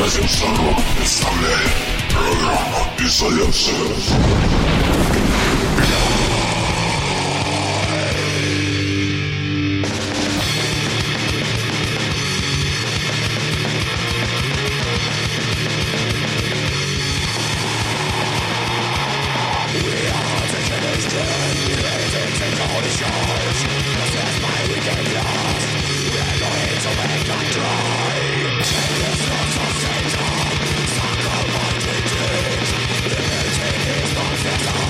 Магазин «Сорок» представляет программу «Изоляция». It's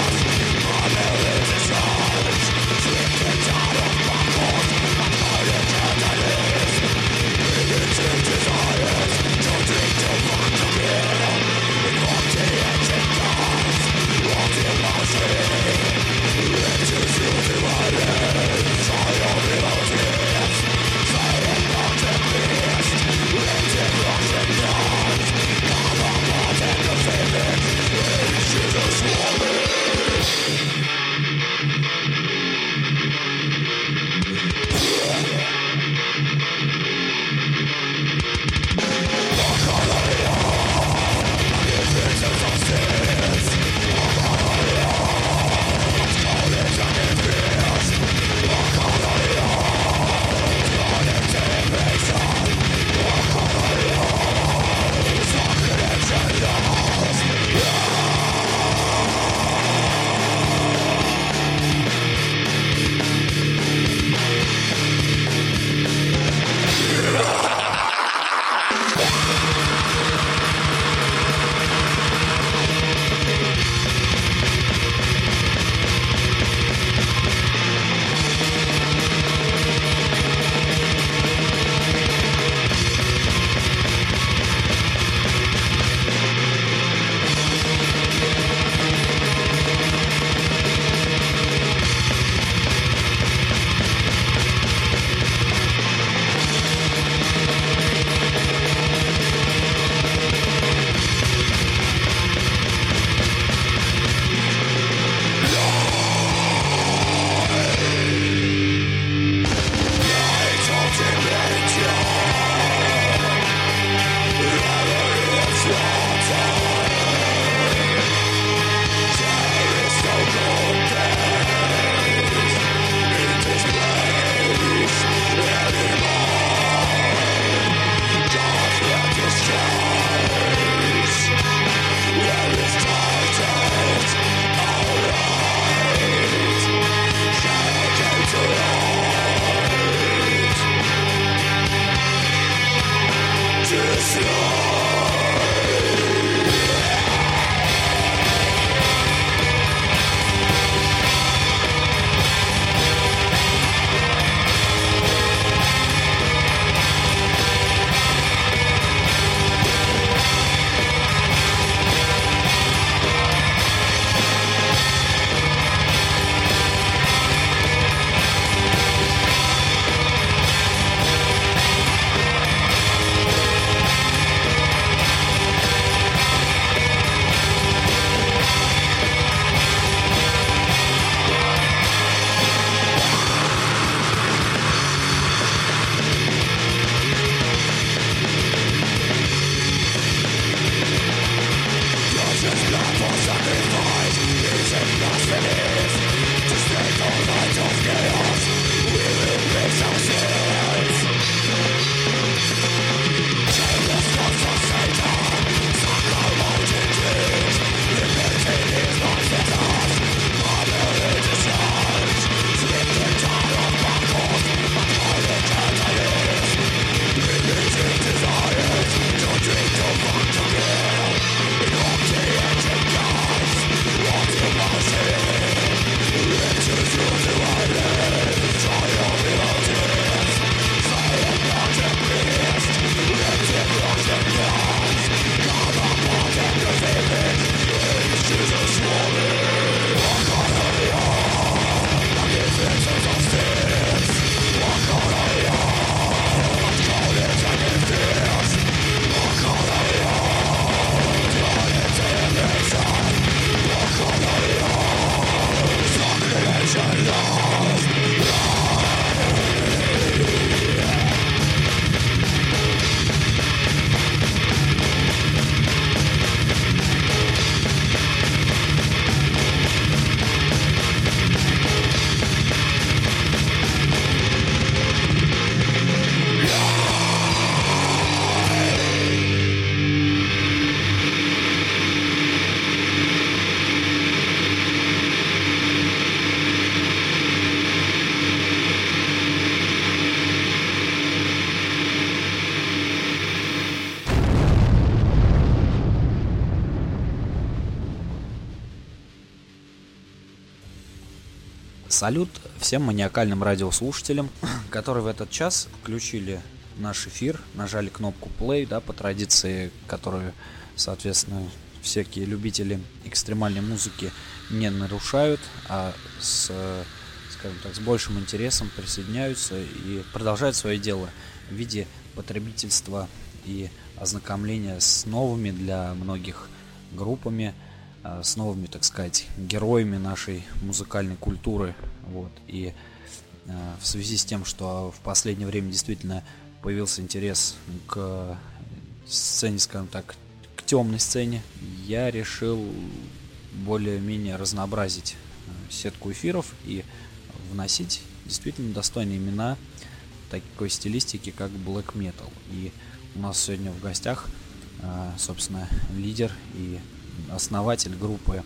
Салют всем маниакальным радиослушателям, которые в этот час включили наш эфир, нажали кнопку play, да, по традиции, которую, соответственно, всякие любители экстремальной музыки не нарушают, а скажем так, с большим интересом присоединяются и продолжают свое дело в виде потребительства и ознакомления с новыми для многих группами, с новыми, так сказать, героями нашей музыкальной культуры. Вот. И в связи с тем, что в последнее время действительно появился интерес к сцене, скажем так, к темной сцене, я решил более-менее разнообразить сетку эфиров и вносить действительно достойные имена такой стилистики, как Black Metal. И у нас сегодня в гостях, собственно, лидер и основатель группы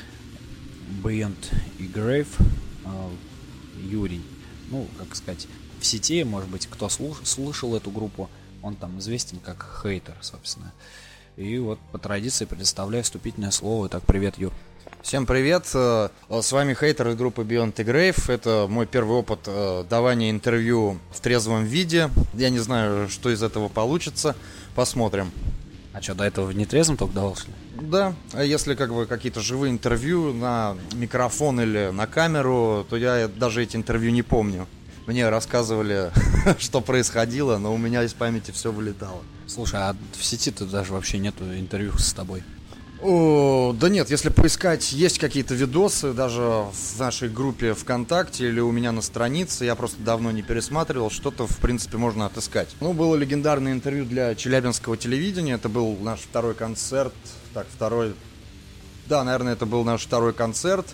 Beyond the Grave Юрий. Ну, как сказать, в сети, может быть, кто слышал эту группу, он там известен как Хейтер, собственно. И вот по традиции предоставляю вступительное слово. Итак, привет, Юр. Всем привет, с вами Хейтер из группы Beyond the Grave. Это мой первый опыт давания интервью в трезвом виде. Я не знаю, что из этого получится, посмотрим. А что, до этого в нетрезвом только давал, что ли? Да, а если как бы какие-то живые интервью на микрофон или на камеру, то я даже эти интервью не помню. Мне рассказывали, что происходило, но у меня из памяти все вылетало. Слушай, а в сети-то даже вообще нету интервью с тобой? Да нет, если поискать, есть какие-то видосы даже в нашей группе ВКонтакте или у меня на странице, я просто давно не пересматривал, что-то в принципе можно отыскать. Ну, было легендарное интервью для челябинского телевидения, это был наш второй концерт, наверное, это был наш второй концерт.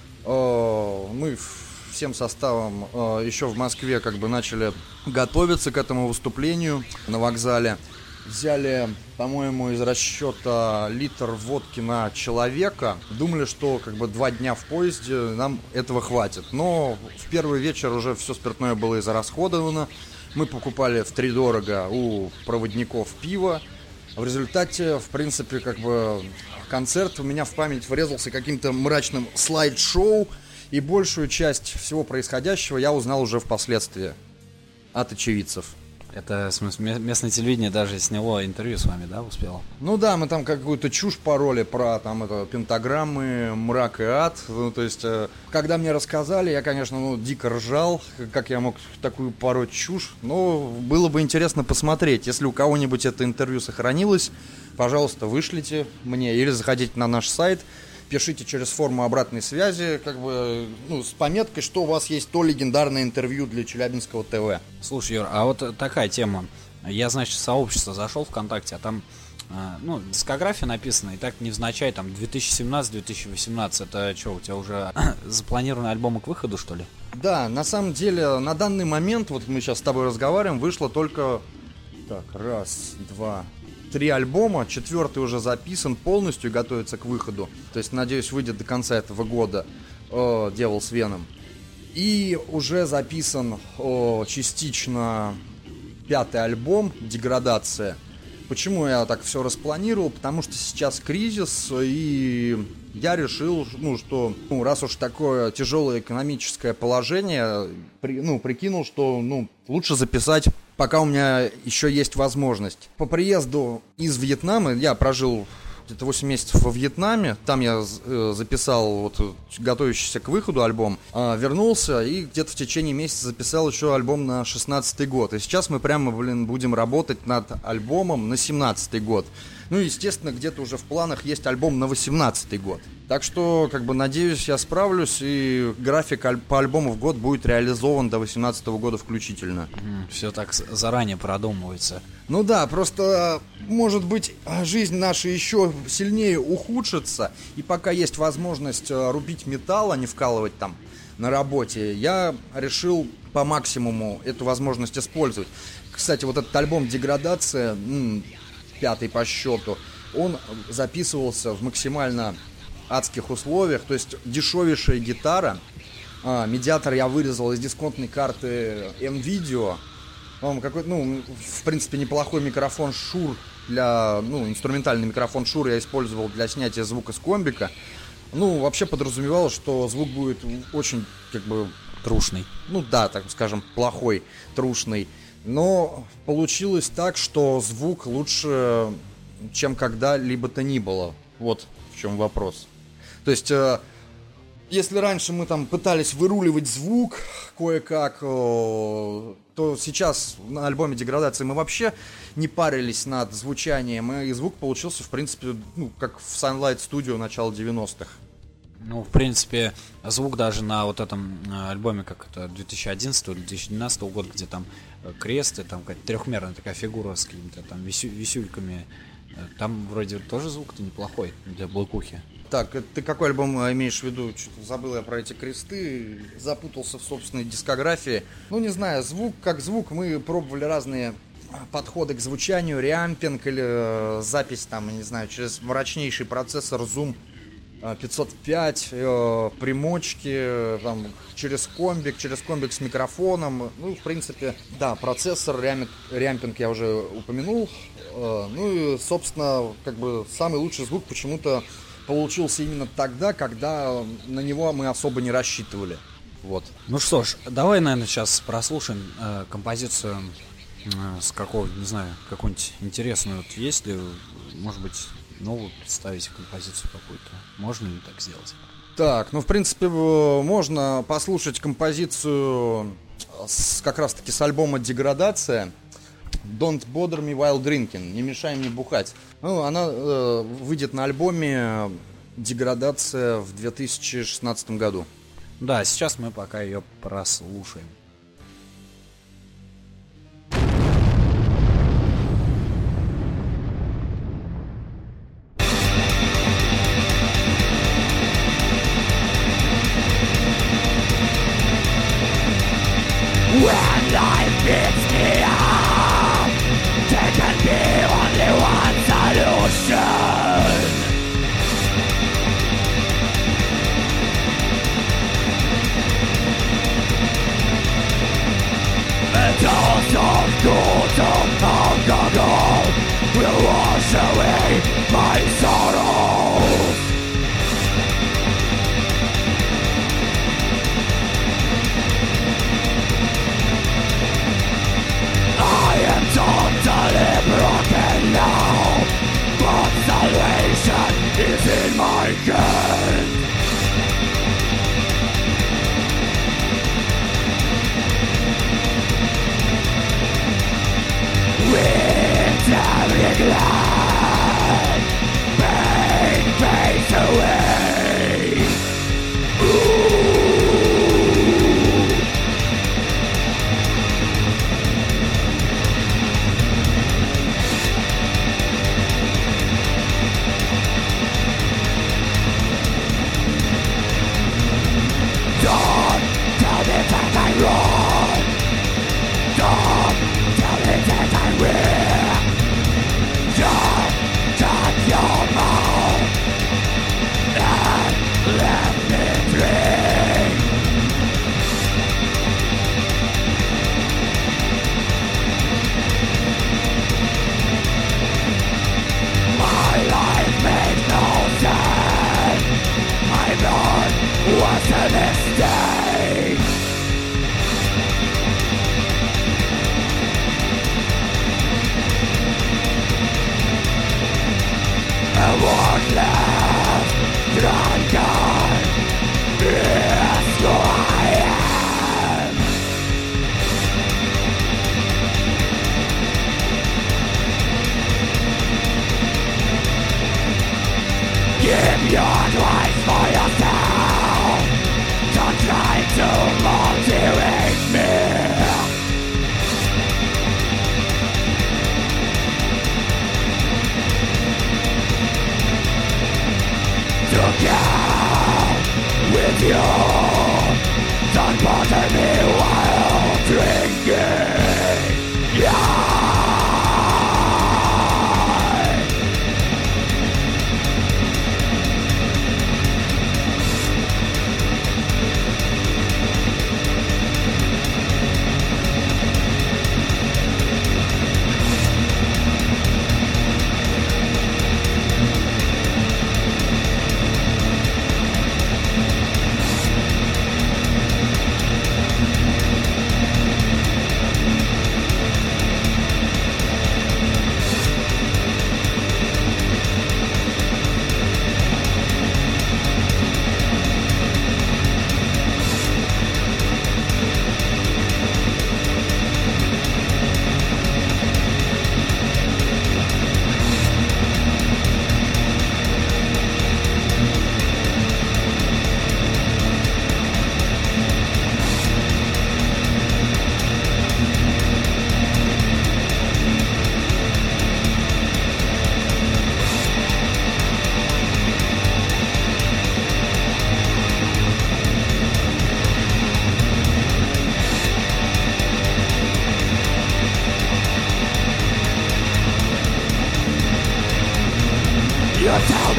Мы всем составом еще в Москве как бы начали готовиться к этому выступлению на вокзале. Взяли, по-моему, из расчета литр водки на человека. Думали, что как бы 2 дня в поезде нам этого хватит. Но в первый вечер уже все спиртное было израсходовано. Мы покупали втридорого у проводников пиво. В результате, в принципе, как бы концерт у меня в память врезался каким-то мрачным слайд-шоу. И большую часть всего происходящего я узнал уже впоследствии от очевидцев. Это, в смысле, местное телевидение даже сняло интервью с вами, да, успело? Ну да, мы там какую-то чушь пороли про там пентаграммы, мрак и ад. Ну, то есть, когда мне рассказали, я, конечно, дико ржал, как я мог такую пороть чушь. Но было бы интересно посмотреть. Если у кого-нибудь это интервью сохранилось, пожалуйста, вышлите мне или заходите на наш сайт. Пишите через форму обратной связи, как бы, с пометкой, что у вас есть то легендарное интервью для Челябинского ТВ. Слушай, Юр, а вот такая тема. Я, значит, в сообщество зашел ВКонтакте, а там, дискография написана, и так невзначай, там, 2017-2018. Это что, у тебя уже запланированы альбомы к выходу, что ли? Да, на самом деле, на данный момент, вот мы сейчас с тобой разговариваем, вышло только, 3 альбома, 4-й уже записан полностью и готовится к выходу. То есть, надеюсь, выйдет до конца этого года «Дьявол с Веном». И уже записан частично 5-й альбом «Деградация». Почему я так все распланировал? Потому что сейчас кризис, и я решил, что раз уж такое тяжелое экономическое положение, прикинул, что лучше записать, пока у меня еще есть возможность. По приезду из Вьетнама, я прожил где-то 8 месяцев во Вьетнаме, там я записал готовящийся к выходу альбом, вернулся и где-то в течение месяца записал еще альбом на 16-й год. И сейчас мы прямо, будем работать над альбомом на 17-й год. Естественно, где-то уже в планах есть альбом на 18-й год. Так что, надеюсь, я справлюсь, и график по альбому в год будет реализован до 18-го года включительно. Все так заранее продумывается. Ну да, просто, может быть, жизнь наша еще сильнее ухудшится, и пока есть возможность рубить металл, а не вкалывать там на работе, я решил по максимуму эту возможность использовать. Кстати, вот этот альбом «Деградация», 5-й по счету, он записывался в максимально адских условиях, то есть дешевейшая гитара, медиатор я вырезал из дисконтной карты M-Video, в принципе, неплохой микрофон Shure инструментальный микрофон Shure я использовал для снятия звука с комбика, Ну, вообще подразумевалось, что звук будет очень, как бы, Трушный. ну да, так скажем, плохой, трушный. Но получилось так, что звук лучше, чем когда-либо то ни было. Вот в чем вопрос. То есть, если раньше мы там пытались выруливать звук кое-как, то сейчас на альбоме «Деградация» мы вообще не парились над звучанием, и звук получился, в принципе, ну, как в Sunlight Studio начала 90-х. Ну, в принципе, звук даже на вот этом альбоме, как это, 2011-2012 года, где там крест, и там какая-то трехмерная такая фигура с какими-то там висюльками, там вроде тоже звук-то неплохой для блокухи. Так, ты какой альбом имеешь в виду? Что-то забыл я про эти кресты, запутался в собственной дискографии. Ну, не знаю, звук как звук, мы пробовали разные подходы к звучанию, реампинг или запись там, не знаю, через мрачнейший процессор Zoom 505, примочки, там, через комбик с микрофоном. Ну, в принципе, да, процессор, реампинг я уже упомянул. Ну и, собственно, как бы самый лучший звук почему-то получился именно тогда, когда на него мы особо не рассчитывали. Вот. Ну что ж, давай, наверное, сейчас прослушаем композицию с какого, не знаю, какую-нибудь интересную. Вот есть ли, может быть, новую представить композицию какую-то? Можно ли так сделать? Так, ну, в принципе, можно послушать композицию как раз-таки с альбома «Деградация». Don't bother me while drinking. Не мешай мне бухать. Ну, она выйдет на альбоме «Деградация» в 2016 году. Да, сейчас мы пока ее прослушаем. When life beats me up, there can be only one solution. The dose of good of alcohol will wash away my sorrows. I am totally broken now, but salvation is in my hand. With every glad pain fades away. Don't tell me that I'm wrong. Don't tell me that I'm weak. Don't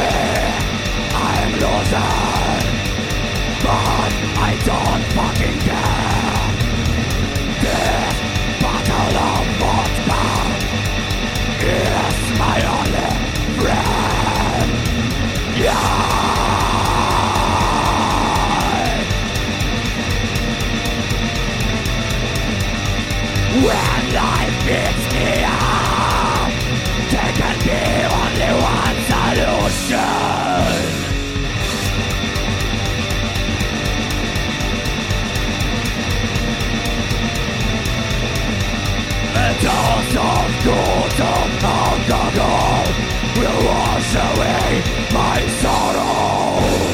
I'm losing, but I don't fucking care. This bottle of vodka is my only friend. Yeah. When life beats me up, there can be only one solution. A dose of good alcohol will wash away my sorrows.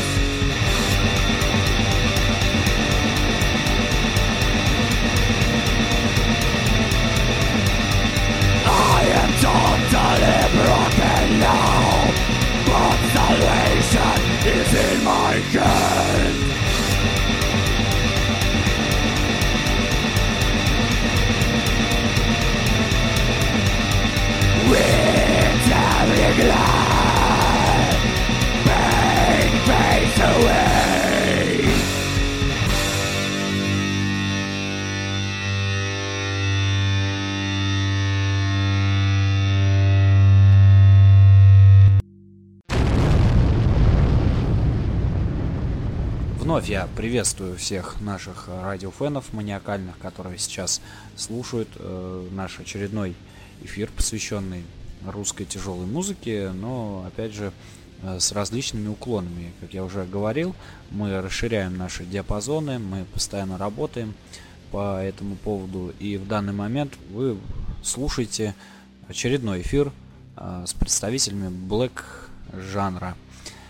I am totally broken now, but salvation is in my hand. With every glance, pain fades away. Вновь я приветствую всех наших радиофенов маниакальных, которые сейчас слушают наш очередной эфир, посвященный русской тяжелой музыке, но опять же с различными уклонами. Как я уже говорил, мы расширяем наши диапазоны, мы постоянно работаем по этому поводу, и в данный момент вы слушаете очередной эфир с представителями блэк жанра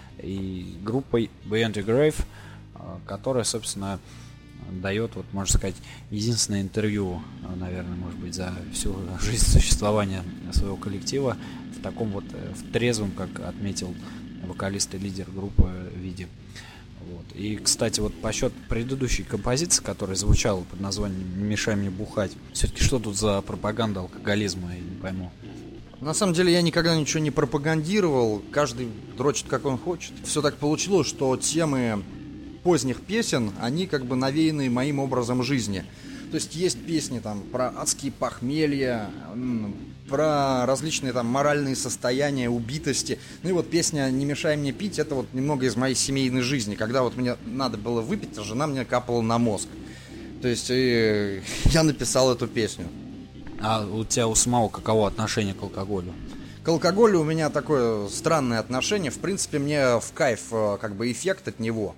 и группой Beyond the Grave, которая, собственно, дает, вот, можно сказать, единственное интервью, наверное, может быть, за всю жизнь существования своего коллектива в таком вот, в трезвом, как отметил вокалист и лидер группы, виде. Вот. И, кстати, вот по счету предыдущей композиции, которая звучала под названием «Не мешай мне бухать», все-таки что тут за пропаганда алкоголизма, я не пойму. На самом деле я никогда ничего не пропагандировал, каждый дрочит как он хочет. Все так получилось, что темы поздних песен, они как бы навеяны моим образом жизни. То есть песни там про адские похмелья, про различные там моральные состояния, убитости. Ну и вот песня «Не мешай мне пить» — это вот немного из моей семейной жизни. Когда вот мне надо было выпить, а жена мне капала на мозг. То есть я написал эту песню. А у тебя у самого каково отношение к алкоголю? К алкоголю у меня такое странное отношение. В принципе, мне в кайф как бы эффект от него.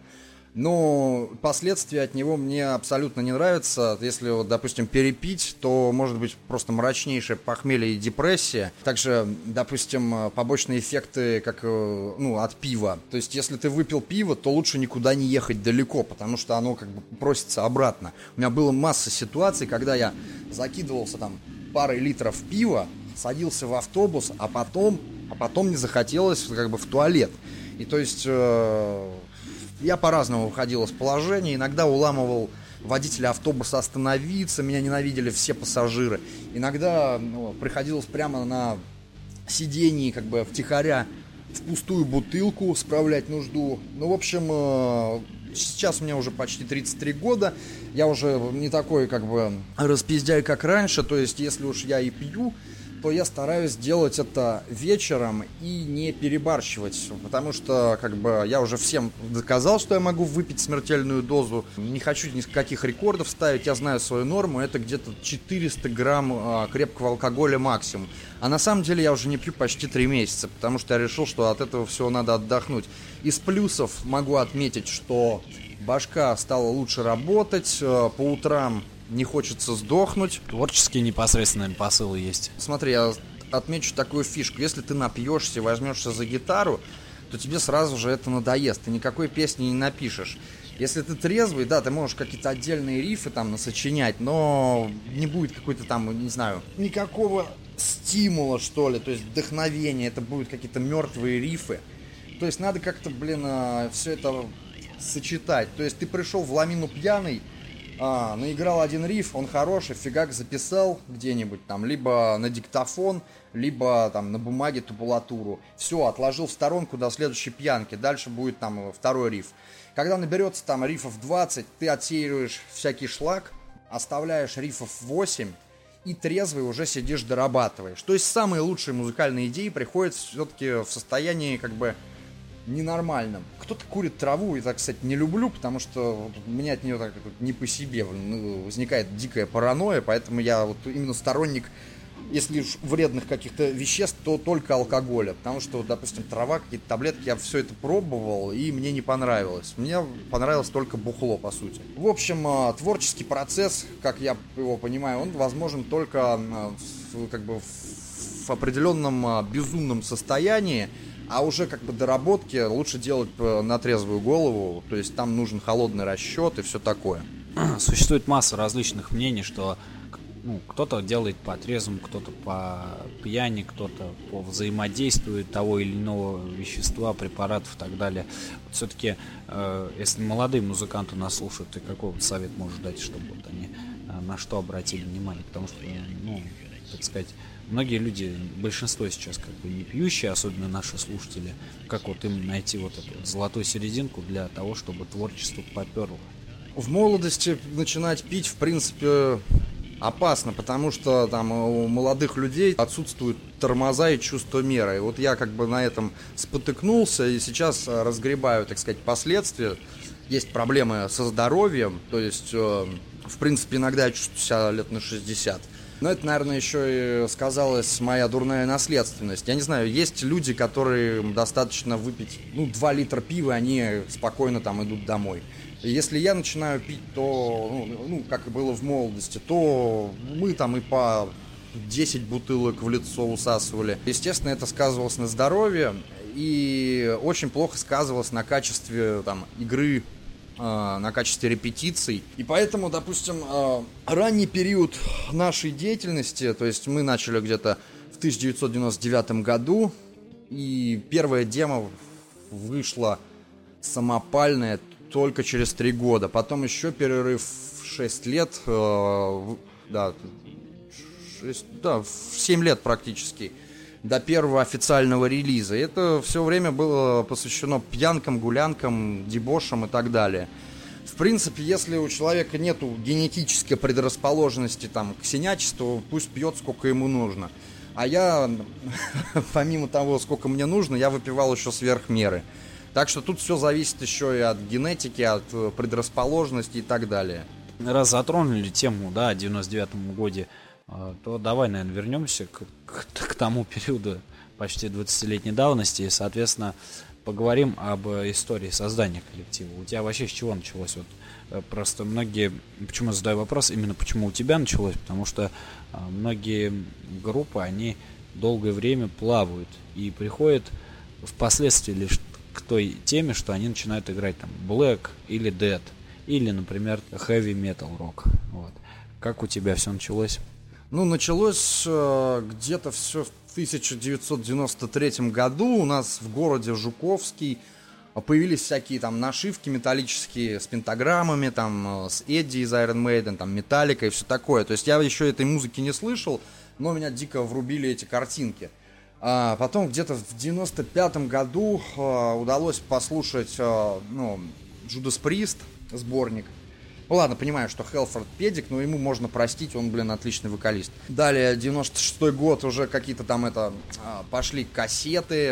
Но последствия от него мне абсолютно не нравятся. Если, вот, допустим, перепить, то может быть просто мрачнейшее похмелье и депрессия. Также, допустим, побочные эффекты как, от пива. То есть, если ты выпил пиво, то лучше никуда не ехать далеко, потому что оно как бы просится обратно. У меня была масса ситуаций, когда я закидывался там парой литров пива, садился в автобус, а потом мне захотелось как бы в туалет. И то есть я по-разному выходил из положения. Иногда уламывал водителя автобуса остановиться, меня ненавидели все пассажиры. Иногда приходилось прямо на сидении как бы втихаря в пустую бутылку справлять нужду. Ну, в общем, сейчас мне уже почти 33 года. Я уже не такой как бы распиздяй, как раньше. То есть, если уж я и пью, то я стараюсь делать это вечером и не перебарщивать, потому что как бы я уже всем доказал, что я могу выпить смертельную дозу. Не хочу никаких рекордов ставить, я знаю свою норму, это где-то 400 грамм крепкого алкоголя максимум. А на самом деле я уже не пью почти 3 месяца, потому что я решил, что от этого всего надо отдохнуть. Из плюсов могу отметить, что башка стала лучше работать, по утрам не хочется сдохнуть. Творческие непосредственные посылы есть. Смотри, я отмечу такую фишку. Если ты напьешься и возьмешься за гитару, то тебе сразу же это надоест. Ты никакой песни не напишешь. Если ты трезвый, да, ты можешь какие-то отдельные рифы там насочинять, но не будет какой-то там, не знаю, никакого стимула, что ли, то есть вдохновения. Это будут какие-то мертвые рифы. То есть надо как-то, все это сочетать. То есть ты пришел в ламину пьяный, наиграл один риф, он хороший, фигак записал где-нибудь там, либо на диктофон, либо там на бумаге табулатуру. Все, отложил в сторонку до следующей пьянки, дальше будет там второй риф. Когда наберется там рифов 20, ты отсеиваешь всякий шлак, оставляешь рифов 8 и трезвый уже сидишь, дорабатываешь. То есть самые лучшие музыкальные идеи приходят все-таки в состоянии как бы ненормальным. Кто-то курит траву, и так, кстати, не люблю, потому что у меня от нее так не по себе возникает дикая паранойя, поэтому я вот именно сторонник, если уж вредных каких-то веществ, то только алкоголя, потому что, допустим, трава, какие-то таблетки, я все это пробовал, и мне не понравилось. Мне понравилось только бухло, по сути. В общем, творческий процесс, как я его понимаю, он возможен только как бы в определенном безумном состоянии, а уже как бы доработки лучше делать на трезвую голову, то есть там нужен холодный расчет и все такое. Существует масса различных мнений, что кто-то делает по трезвому, кто-то по пьяни, кто-то по взаимодействию того или иного вещества, препаратов и так далее. Вот все-таки, если молодые музыканты нас слушают, ты какой совет можешь дать, чтобы вот они на что обратили внимание? Потому что, так сказать, многие люди, большинство сейчас как бы не пьющие, особенно наши слушатели, как вот им найти вот эту вот золотую серединку для того, чтобы творчество поперло? В молодости начинать пить, в принципе, опасно, потому что там у молодых людей отсутствуют тормоза и чувство меры. И вот я как бы на этом спотыкнулся и сейчас разгребаю, так сказать, последствия. Есть проблемы со здоровьем, то есть, в принципе, иногда я чувствую себя лет на 60. Но это, наверное, еще и сказалась моя дурная наследственность. Я не знаю, есть люди, которые достаточно выпить 2 литра пива, они спокойно там идут домой. И если я начинаю пить, то, как и было в молодости, то мы там и по 10 бутылок в лицо усасывали. Естественно, это сказывалось на здоровье и очень плохо сказывалось на качестве там игры, на качестве репетиций. И поэтому, допустим, ранний период нашей деятельности, то есть мы начали где-то в 1999 году, и первая демо вышла самопальная только через 3 года. Потом еще перерыв в 6 лет, 7 лет практически, до первого официального релиза. И это все время было посвящено пьянкам, гулянкам, дебошам и так далее. В принципе, если у человека нету генетической предрасположенности там, к синячеству, пусть пьет сколько ему нужно. А я, помимо того, сколько мне нужно, я выпивал еще сверх меры. Так что тут все зависит еще и от генетики, от предрасположенности и так далее. Раз затронули тему, да, о 99-м годе, то давай, наверное, вернемся к тому периоду почти 20-летней давности и, соответственно, поговорим об истории создания коллектива. У тебя вообще с чего началось? Вот, просто многие, почему задаю вопрос, именно почему у тебя началось, потому что многие группы, они долгое время плавают и приходят впоследствии лишь к той теме, что они начинают играть там Black или Dead, или, например, Heavy Metal Rock. Вот. Как у тебя все началось? Началось где-то все в 1993 году. У нас в городе Жуковский появились всякие там нашивки металлические с пентаграммами, там с Эдди из Iron Maiden, там Metallica и все такое. То есть я еще этой музыки не слышал, но меня дико врубили эти картинки. Потом где-то в 95 году удалось послушать Judas Priest, сборник. Ладно, понимаю, что Хелфорд педик, но ему можно простить, он, отличный вокалист. Далее, 96-й год, уже какие-то там пошли кассеты,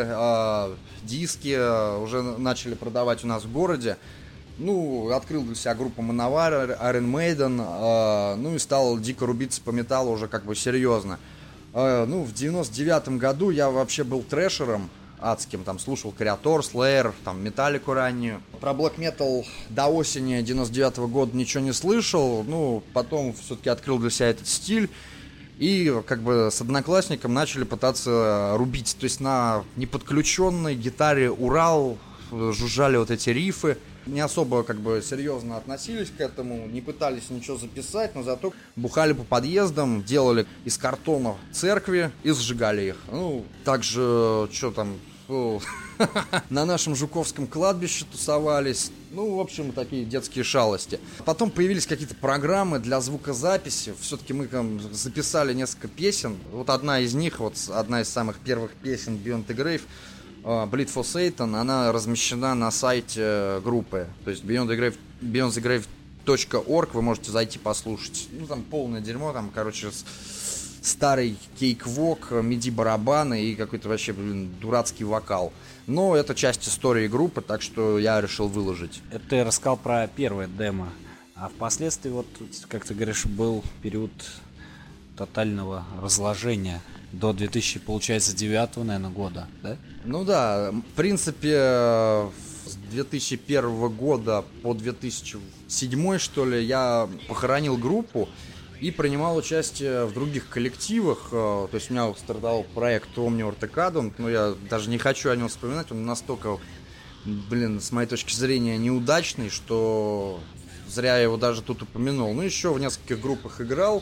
диски, уже начали продавать у нас в городе. Открыл для себя группу Manowar, Iron Maiden, и стал дико рубиться по металлу уже как бы серьезно. В 99-м году я вообще был трэшером адским, там слушал Creator, Slayer, там Металлику раннюю. Про Black Metal до осени 99-го года ничего не слышал, потом все-таки открыл для себя этот стиль и как бы с одноклассником начали пытаться рубить, то есть на неподключенной гитаре Урал жужжали вот эти рифы. Не особо как бы серьезно относились к этому, не пытались ничего записать, но зато бухали по подъездам, делали из картона церкви и сжигали их. Также, что там, на нашем Жуковском кладбище тусовались, Ну, в общем, такие детские шалости. Потом появились какие-то программы для звукозаписи. Все-таки мы там записали несколько песен. Вот одна из них, вот одна из самых первых песен Beyond the Grave, Bleed for Satan, она размещена на сайте группы. То есть beyondthegrave.org, вы можете зайти послушать. Ну, там полное дерьмо, там, короче, старый кейк-вок, миди-барабаны и какой-то вообще, дурацкий вокал. Но это часть истории группы, так что я решил выложить. Это ты рассказал про первое демо. А впоследствии, вот, как ты говоришь, был период тотального разложения до 2000, получается, 2009, наверное, года, да? Ну да, в принципе, с 2001 года по 2007, что ли, я похоронил группу и принимал участие в других коллективах. То есть у меня стартовал проект Omnior Decadent, но я даже не хочу о нем вспоминать, он настолько, с моей точки зрения, неудачный, что зря я его даже тут упомянул. Ну, еще в нескольких группах играл,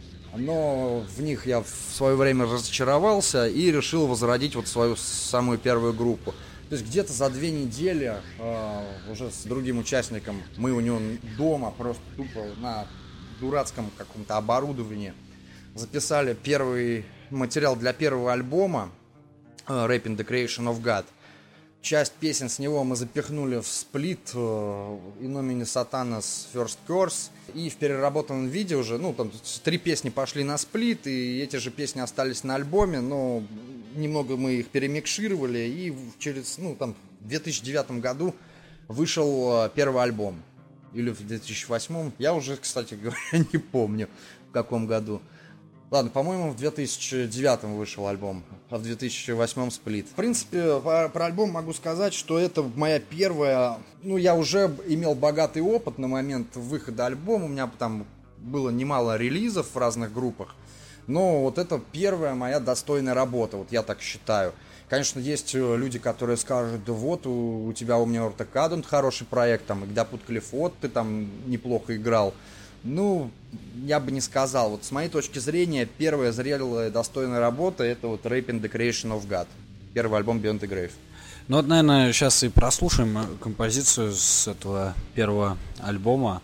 но в них я в свое время разочаровался и решил возродить вот свою самую первую группу. То есть где-то за 2 недели уже с другим участником мы у него дома просто тупо на дурацком каком-то оборудовании записали первый материал для первого альбома Raping the Creation of God. Часть песен с него мы запихнули в сплит In Nomine Satanas First Curse. И в переработанном виде уже, ну, там 3 песни пошли на сплит, и эти же песни остались на альбоме, но немного мы их перемикшировали, и через, в 2009 году вышел первый альбом. Или в 2008. Я уже, кстати говоря, не помню, в каком году. Ладно, по-моему, в 2009 вышел альбом, а в 2008 сплит. В принципе, про альбом могу сказать, что это моя первая... Ну, я уже имел богатый опыт на момент выхода альбома. У меня там было немало релизов в разных группах. Но вот это первая моя достойная работа, вот я так считаю. Конечно, есть люди, которые скажут: да вот, у тебя Omnior Decadent хороший проект, там, и Gdaput Clifford ты там неплохо играл. Ну, я бы не сказал. Вот с моей точки зрения, первая зрелая достойная работа — это вот Raping the Creation of God. Первый альбом Beyond the Grave. Ну вот, наверное, сейчас и прослушаем композицию с этого первого альбома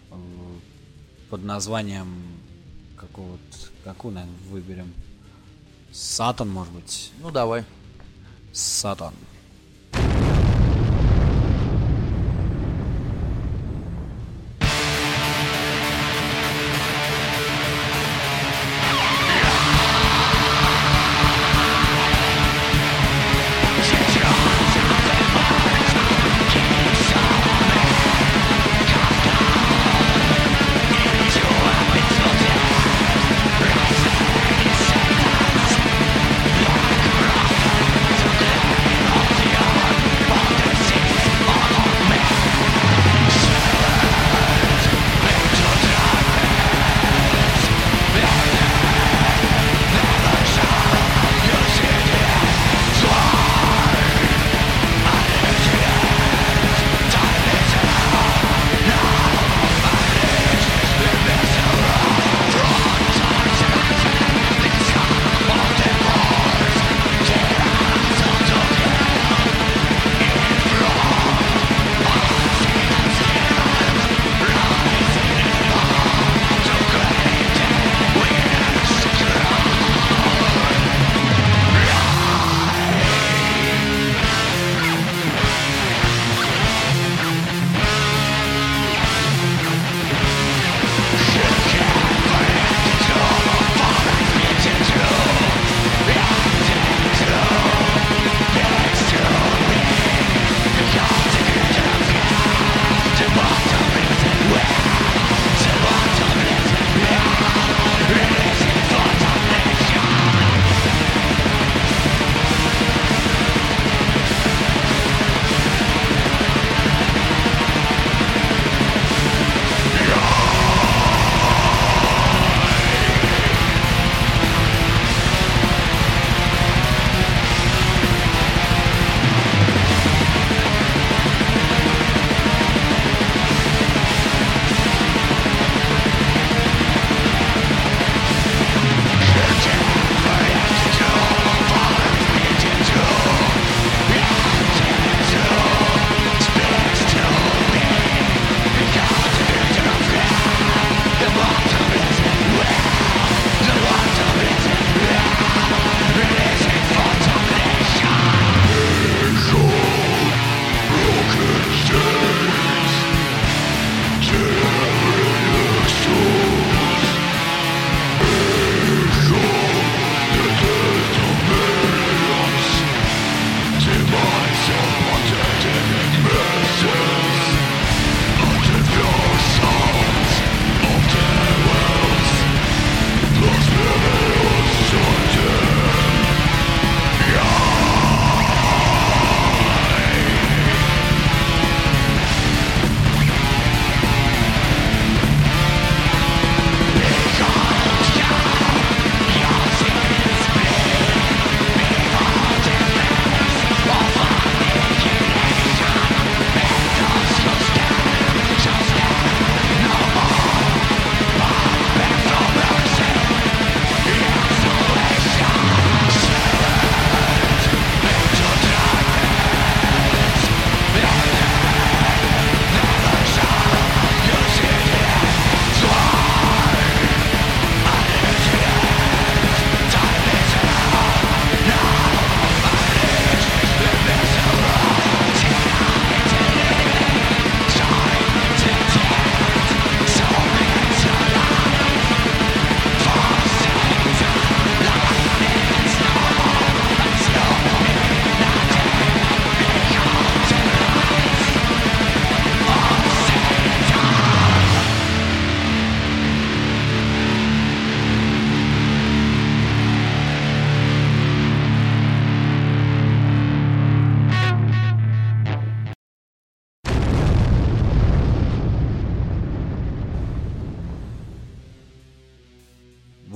под названием какую, наверное, выберем? Сатан, может быть? Ну, давай. Сатан. Took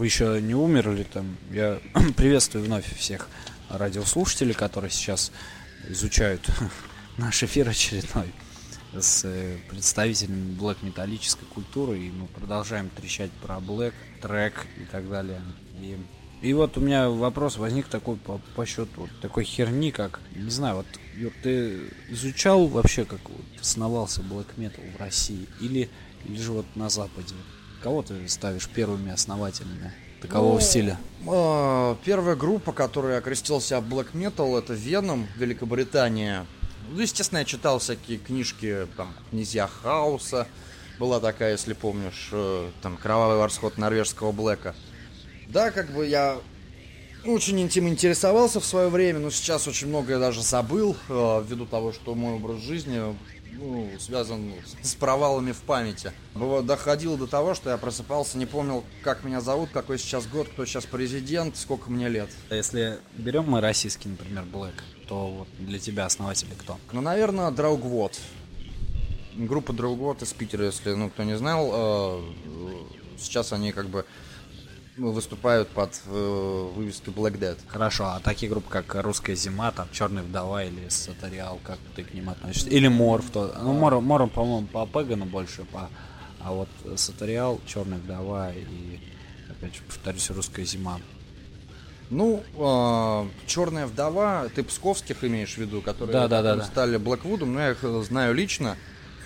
еще не умерли там. Я приветствую вновь всех радиослушателей, которые сейчас изучают наш эфир очередной с представителями блэк-металлической культуры, и мы продолжаем трещать про блэк, трек и так далее. И вот у меня вопрос возник такой по счету вот такой херни, как, не знаю, вот, Юр, ты изучал вообще, как вот основался блэк-метал в России, или же вот на Западе? Кого ты ставишь первыми основателями такового стиля? Первая группа, которая окрестила себя блэк-метал, это Venom, Великобритания. Ну, естественно, я читал всякие книжки, там, «Князья хаоса», была такая, если помнишь, там, «Кровавый восход норвежского блэка». Да, как бы я очень этим интересовался в свое время, но сейчас очень многое даже забыл, ввиду того, что мой образ жизни связан с провалами в памяти. Доходило до того, что я просыпался, не помнил, как меня зовут, какой сейчас год, кто сейчас президент, сколько мне лет. Если берем мы российский, например, блэк, то вот для тебя основатели кто? Ну, наверное, Драугвот. Группа Драугвот из Питера, если кто не знал. Сейчас они как бы выступают под вывеской Black Death. Хорошо, а такие группы, как «Русская зима», там «Черная вдова» или «Саториал», как ты к ним относишься? Или «Морф», Мором, по-моему, по Пегану больше, а вот «Саториал», «Черная вдова» и, опять же, повторюсь, «Русская зима». Ну, «Черная вдова», ты Псковских имеешь в виду, которые стали Блэквудом, но я их знаю лично,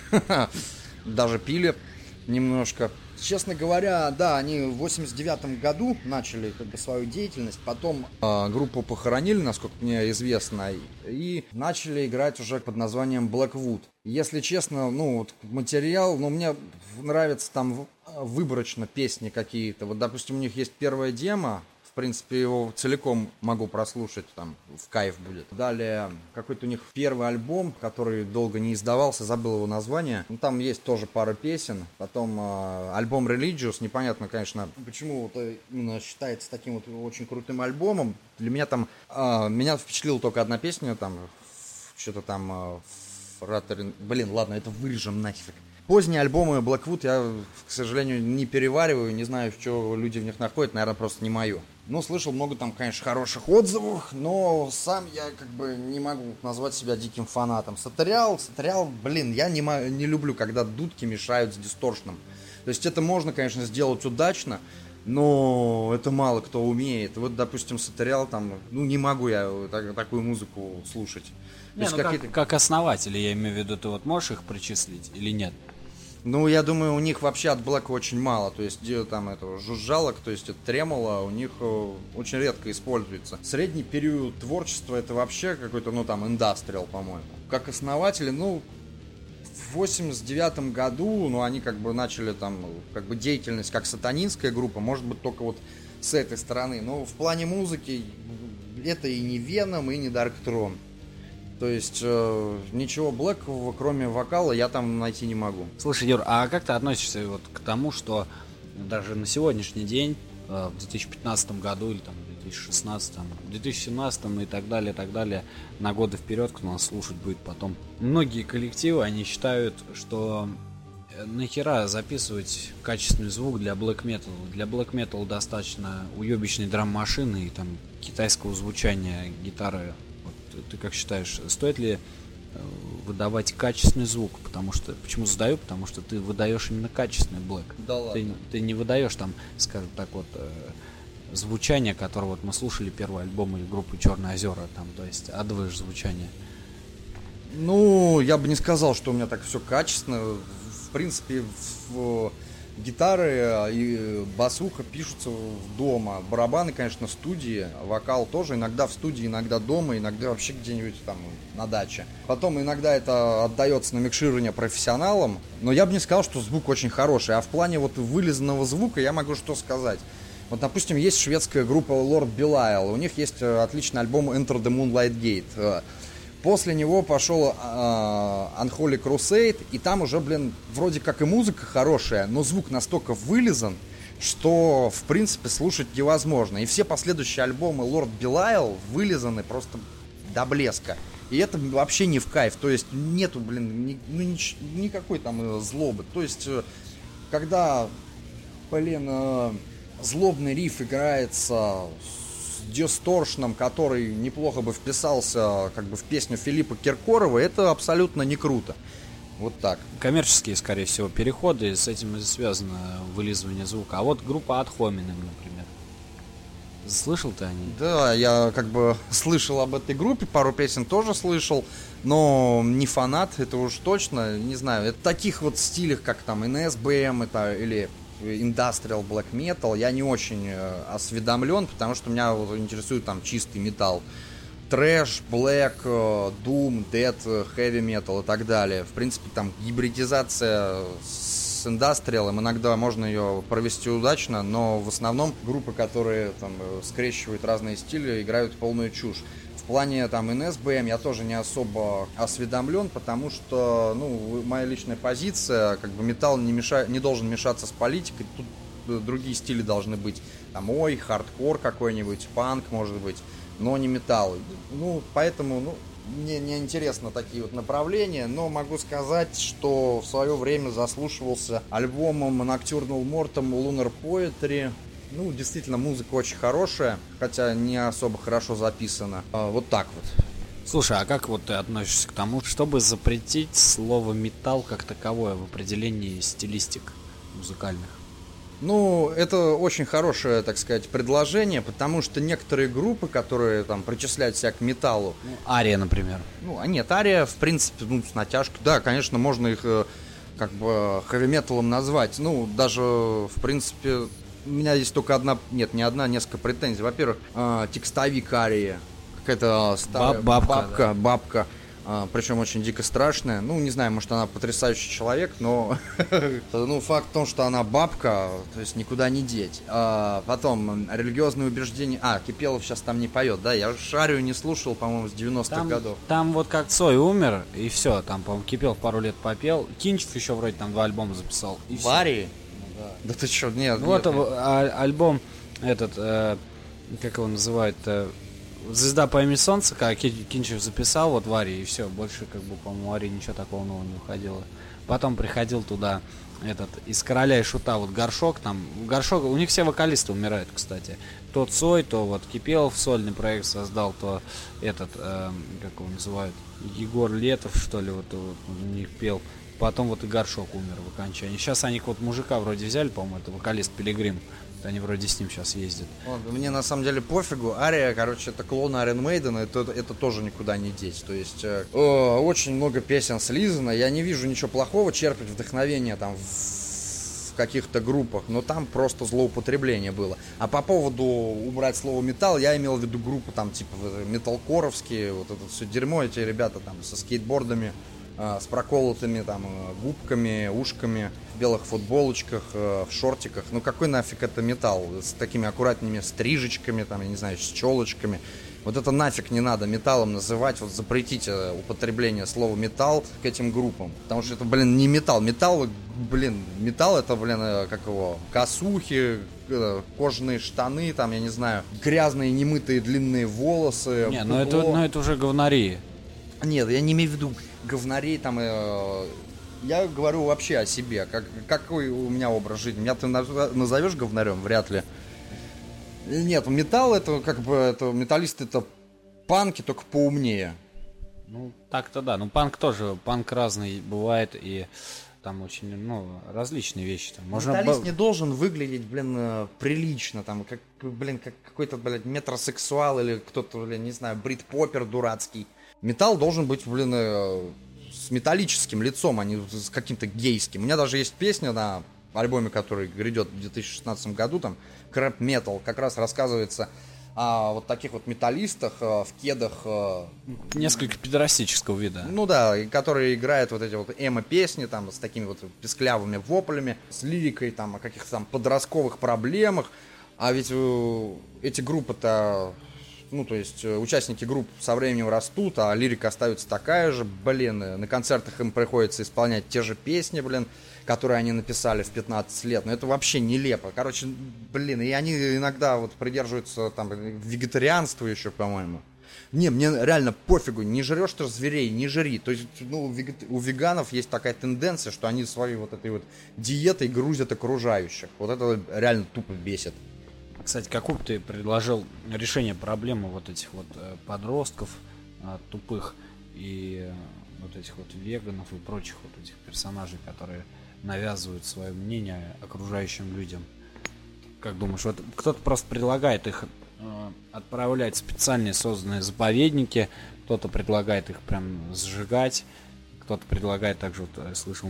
даже пили немножко. Честно говоря, да, они в 89-м году начали как бы свою деятельность, потом группу похоронили, насколько мне известно, и начали играть уже под названием Blackwood. Если честно, вот материал, мне нравятся там выборочно песни какие-то. Вот, допустим, у них есть первая демо. В принципе, его целиком могу прослушать, там, в кайф будет. Далее, какой-то у них первый альбом, который долго не издавался, забыл его название. Там есть тоже пара песен. Потом альбом Religious, непонятно, конечно, почему именно считается таким вот очень крутым альбомом. Для меня там, меня впечатлила только одна песня, там, что-то там, ладно, это вырежем нафиг. Поздние альбомы Blackwood я, к сожалению, не перевариваю, не знаю, что люди в них находят, наверное, просто не мое. Слышал много там, конечно, хороших отзывов, но сам я как бы не могу назвать себя диким фанатом. Саториал, я не люблю, когда дудки мешают с дисторшном. То есть это можно, конечно, сделать удачно, но это мало кто умеет. Вот, допустим, Саториал, там, не могу я такую музыку слушать. Как основатели, я имею в виду, ты вот можешь их причислить или нет? Я думаю, у них вообще от Блэка очень мало. То есть, там этого жужжалок, то есть, это тремоло у них очень редко используется. Средний период творчества это вообще какой-то, индастриал, по-моему. Как основатели, в 89-м году, они как бы начали там, как бы деятельность как сатанинская группа, может быть, только вот с этой стороны. Но в плане музыки это и не Venom, и не Darkthrone. То есть ничего блэкового, кроме вокала, я там найти не могу. Слушай, Юр, а как ты относишься вот к тому, что даже на сегодняшний день, в 2015 году или там в 2016, 2017 и так далее, на годы вперед, кто нас слушать будет потом, многие коллективы, они считают, что нахера записывать качественный звук для black metal. Для black metal достаточно уебищной драм-машины и там китайского звучания гитары. Ты как считаешь, стоит ли выдавать качественный звук? Почему задаю? Потому что ты выдаешь именно качественный блэк. Да ладно. Ты не выдаешь там, скажем так, звучание, которое вот мы слушали первый альбом или группы Черные озера, там, то есть адовое звучание. Я бы не сказал, что у меня так все качественно. В принципе, гитары и басуха пишутся дома. Барабаны, конечно, в студии. Вокал тоже. Иногда в студии, иногда дома, иногда вообще где-нибудь там на даче. Потом иногда это отдается на микширование профессионалам. Но я бы не сказал, что звук очень хороший. А в плане вылизанного звука я могу что сказать. Вот, допустим, есть шведская группа Lord Belial. У них есть отличный альбом Enter the Moonlight Gate. После него пошел Unholy Crusade, и там уже, вроде как и музыка хорошая, но звук настолько вылизан, что, в принципе, слушать невозможно. И все последующие альбомы Lord Belial вылизаны просто до блеска. И это вообще не в кайф, то есть нету, никакой там злобы. То есть, когда, злобный риф играется с дисторшном, который неплохо бы вписался как бы в песню Филиппа Киркорова, это абсолютно не круто. Вот так. Коммерческие, скорее всего, переходы, с этим и связано вылизывание звука. А вот группа Ad Hominem, например. Слышал ты о ней? Да, я как бы слышал об этой группе, пару песен тоже слышал, но не фанат, это уж точно, не знаю. Это в таких вот стилях, как там NSBM это, или Industrial Black Metal, я не очень осведомлен, потому что меня вот интересует там чистый металл. Трэш, Black, Doom, Dead, Heavy Metal и так далее. В принципе, там гибридизация с индастриалом, иногда можно ее провести удачно, но в основном группы, которые там скрещивают разные стили, играют полную чушь. В плане там NSBM я тоже не особо осведомлен, потому что, ну, моя личная позиция, как бы металл не должен мешаться с политикой, тут другие стили должны быть. Там, хардкор какой-нибудь, панк, может быть, но не металл. Ну, поэтому, мне не интересно такие вот направления, но могу сказать, что в свое время заслушивался альбомом Nocturnal Mortem Lunar Poetry. Ну, действительно, музыка очень хорошая, хотя не особо хорошо записана. Вот так вот. Слушай, а как вот ты относишься к тому, чтобы запретить слово металл как таковое в определении стилистик музыкальных? Ну, это очень хорошее, так сказать, предложение, потому что некоторые группы, которые там причисляют себя к металлу... Ария, например. Нет, Ария, в принципе, с натяжкой. Да, конечно, можно их как бы хэви-металом назвать. Даже, в принципе, у меня есть только одна... Нет, не одна, несколько претензий. Во-первых, текстовик Арии. Какая-то старая бабка. Причем очень дико страшная. Не знаю, может, она потрясающий человек, но факт в том, что она бабка, то есть никуда не деть. Потом религиозные убеждения. Кипелов сейчас там не поет, да? Я Арию не слушал, по-моему, с 90-х годов. Там вот как Цой умер, и все, там, по-моему, Кипелов пару лет попел. Кинчев еще вроде там 2 альбома записал. В Арии? Да ты что, нет. Альбом этот, как его называют-то? «Звезда по имени Солнце», как Кинчев записал вот в Арии, и все, больше, как бы, по-моему, в Арии ничего такого нового не уходило. Потом приходил туда из «Короля и Шута» вот Горшок, у них все вокалисты умирают, кстати. То Цой, то вот Кипелов сольный проект создал, то как его называют, Егор Летов, что ли, вот у них пел. Потом вот и Горшок умер в окончании. Сейчас они вот мужика вроде взяли, по-моему, это вокалист Пилигрим. Они вроде с ним сейчас ездят. Мне на самом деле пофигу. Ария, это клон Iron Maiden, это тоже никуда не деть. То есть очень много песен слизано. Я не вижу ничего плохого черпать вдохновение там в каких-то группах, но там просто злоупотребление было. А по поводу убрать слово металл, я имел в виду группы там типа металкоровские, вот это все дерьмо, эти ребята там со скейтбордами, с проколотыми там губками, ушками, в белых футболочках, в шортиках. Какой нафиг это металл? С такими аккуратными стрижечками, там, я не знаю, с челочками. Вот это нафиг не надо металлом называть. Вот запретите употребление слова металл к этим группам. Потому что это, не металл. Металл это, косухи, кожаные штаны, там, я не знаю, грязные, немытые, длинные волосы. Это уже говнари. Нет, я не имею в виду говнарей там. Я говорю вообще о себе. Какой у меня образ жизни? Меня ты назовешь говнарем? Вряд ли. Нет, металл это металлисты это панки, только поумнее. Так-то да. Панк тоже. Панк разный бывает, и там очень, различные вещи. Там можно... Металлист не должен выглядеть, прилично, там, как какой-то, метросексуал или кто-то, не знаю, брит-поппер дурацкий. Металл должен быть, с металлическим лицом, а не с каким-то гейским. У меня даже есть песня на альбоме, который грядет в 2016 году, там, Crap Metal, как раз рассказывается о вот таких вот металлистах в кедах. Несколько пидорастического вида. Которые играют вот эти вот эмо-песни, там, с такими вот песклявыми воплями, с лирикой, там, о каких-то там подростковых проблемах. А ведь эти группы-то... то есть участники групп со временем растут, а лирика остается такая же, на концертах им приходится исполнять те же песни, которые они написали в 15 лет, но это вообще нелепо. И они иногда вот придерживаются там вегетарианства еще, по-моему. Мне реально пофигу, не жрешь ты зверей, не жри. То есть, у веганов есть такая тенденция, что они своей вот этой вот диетой грузят окружающих. Вот это реально тупо бесит. Кстати, какое бы ты предложил решение проблемы вот этих вот подростков тупых и вот этих вот веганов и прочих вот этих персонажей, которые навязывают свое мнение окружающим людям? Как думаешь, вот кто-то просто предлагает их отправлять в специальные созданные заповедники, кто-то предлагает их прям сжигать, кто-то предлагает также, вот,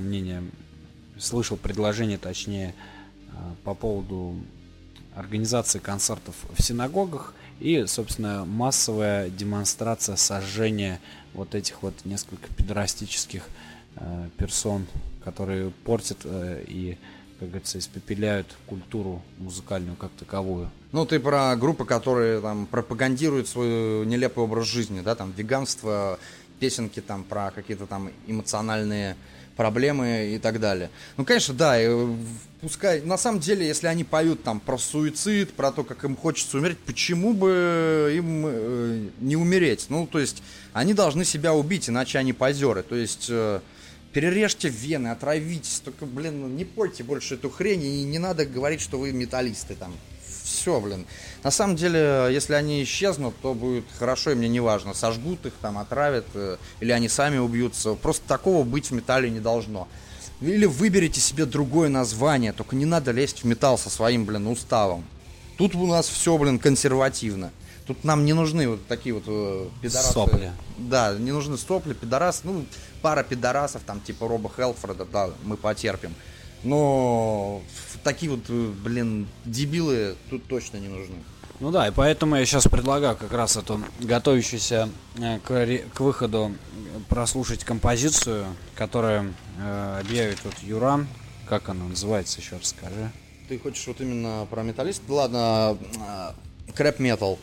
слышал предложение, точнее, по поводу организации концертов в синагогах и, собственно, массовая демонстрация сожжения вот этих вот несколько педерастических персон, которые портят и, как говорится, испепеляют культуру музыкальную как таковую. Ну, ты про группы, которые там пропагандируют свой нелепый образ жизни, да, там веганство, песенки там про какие-то там эмоциональные проблемы и так далее. Ну, конечно, да, пускай, на самом деле, если они поют там про суицид, про то, как им хочется умереть, почему бы им не умереть? Ну, то есть, они должны себя убить, иначе они позеры. То есть, перережьте вены, отравитесь, только, блин, не пойте больше эту хрень, и не надо говорить, что вы металлисты там. Все, блин. На самом деле, если они исчезнут, то будет хорошо, и мне не важно. Сожгут их, там, отравят, или они сами убьются. Просто такого быть в металле не должно. Или выберите себе другое название, только не надо лезть в металл со своим, блин, уставом. Тут у нас все, блин, консервативно. Тут нам не нужны вот такие вот пидорасы. Сопли. Да, не нужны сопли, пидорас. Ну, пара пидорасов, там, типа Роба Хелфорда, да, мы потерпим. Но такие вот, блин, дебилы тут точно не нужны. Ну да, и поэтому я сейчас предлагаю как раз эту готовящуюся к выходу прослушать композицию, которую объявит вот Юран. Как она называется, еще расскажи. Ты хочешь вот именно про металлист? Ладно, крэп метал.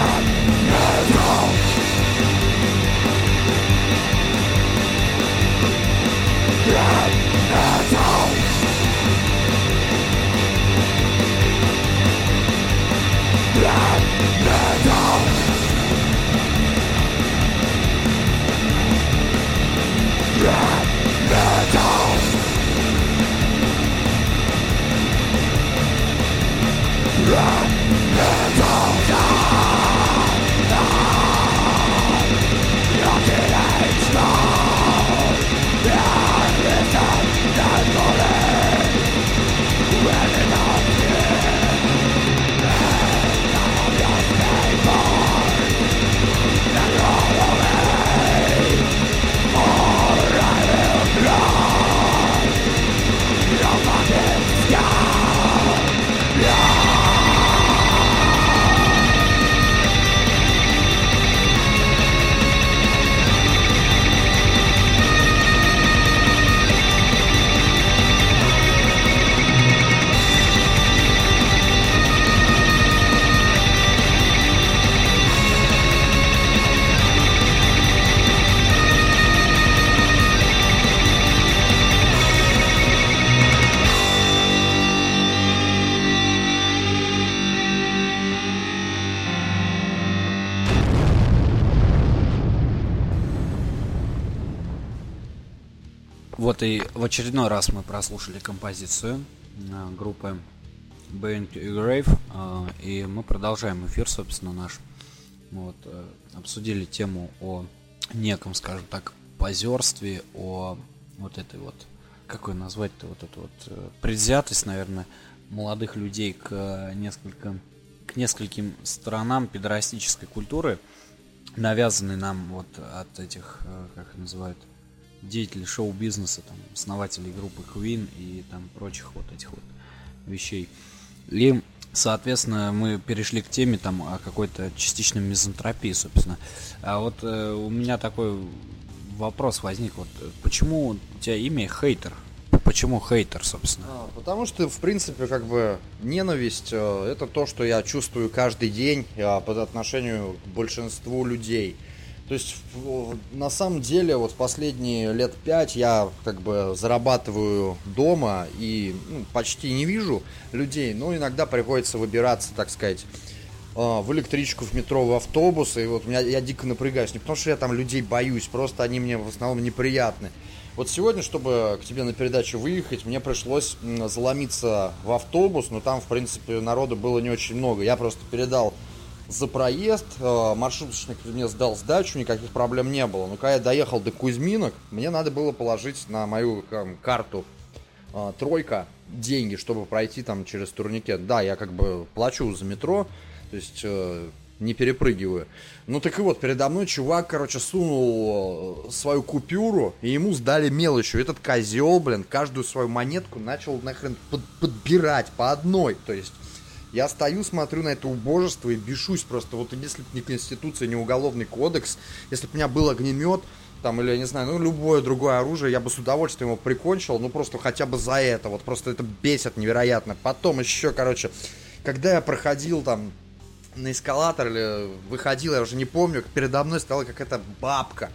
Вот и в очередной раз мы прослушали композицию группы Beyond Grave, и мы продолжаем эфир, собственно, наш. Вот, обсудили тему о неком, скажем так, позерстве, о вот этой вот, как ее назвать-то, вот эту вот предвзятость, наверное, молодых людей к нескольким сторонам педерастической культуры, навязанной нам вот от этих, как их называют, деятелей шоу-бизнеса, там, основателей группы Queen и там прочих вот этих вот вещей. И, соответственно, мы перешли к теме там о какой-то частичной мизантропии, собственно. А вот у меня такой вопрос возник, вот почему у тебя имя Хейтер? Почему Хейтер, собственно? Потому что, в принципе, как бы ненависть это то, что я чувствую каждый день по отношению к большинству людей. То есть, на самом деле, вот последние лет 5 я как бы зарабатываю дома и почти не вижу людей, но иногда приходится выбираться, так сказать, в электричку, в метро, в автобус, и вот я дико напрягаюсь, не потому что я там людей боюсь, просто они мне в основном неприятны. Вот сегодня, чтобы к тебе на передачу выехать, мне пришлось заломиться в автобус, но там, в принципе, народу было не очень много, я просто передал за проезд, маршруточник мне сдал сдачу, никаких проблем не было. Но когда я доехал до Кузьминок, мне надо было положить на мою карту тройка деньги, чтобы пройти там через турникет. Да, я как бы плачу за метро, то есть не перепрыгиваю. Ну так и вот, передо мной чувак, короче, сунул свою купюру, и ему сдали мелочью. Этот козел, блин, каждую свою монетку начал нахрен подбирать по одной, то есть... Я стою, смотрю на это убожество и бешусь просто. Вот если бы не Конституция, не Уголовный кодекс, если бы у меня был огнемет, там, или, я не знаю, любое другое оружие, я бы с удовольствием его прикончил, просто хотя бы за это. Вот просто это бесит невероятно. Потом еще, короче, когда я проходил там на эскалатор или выходил, я уже не помню, передо мной стала какая-то бабка.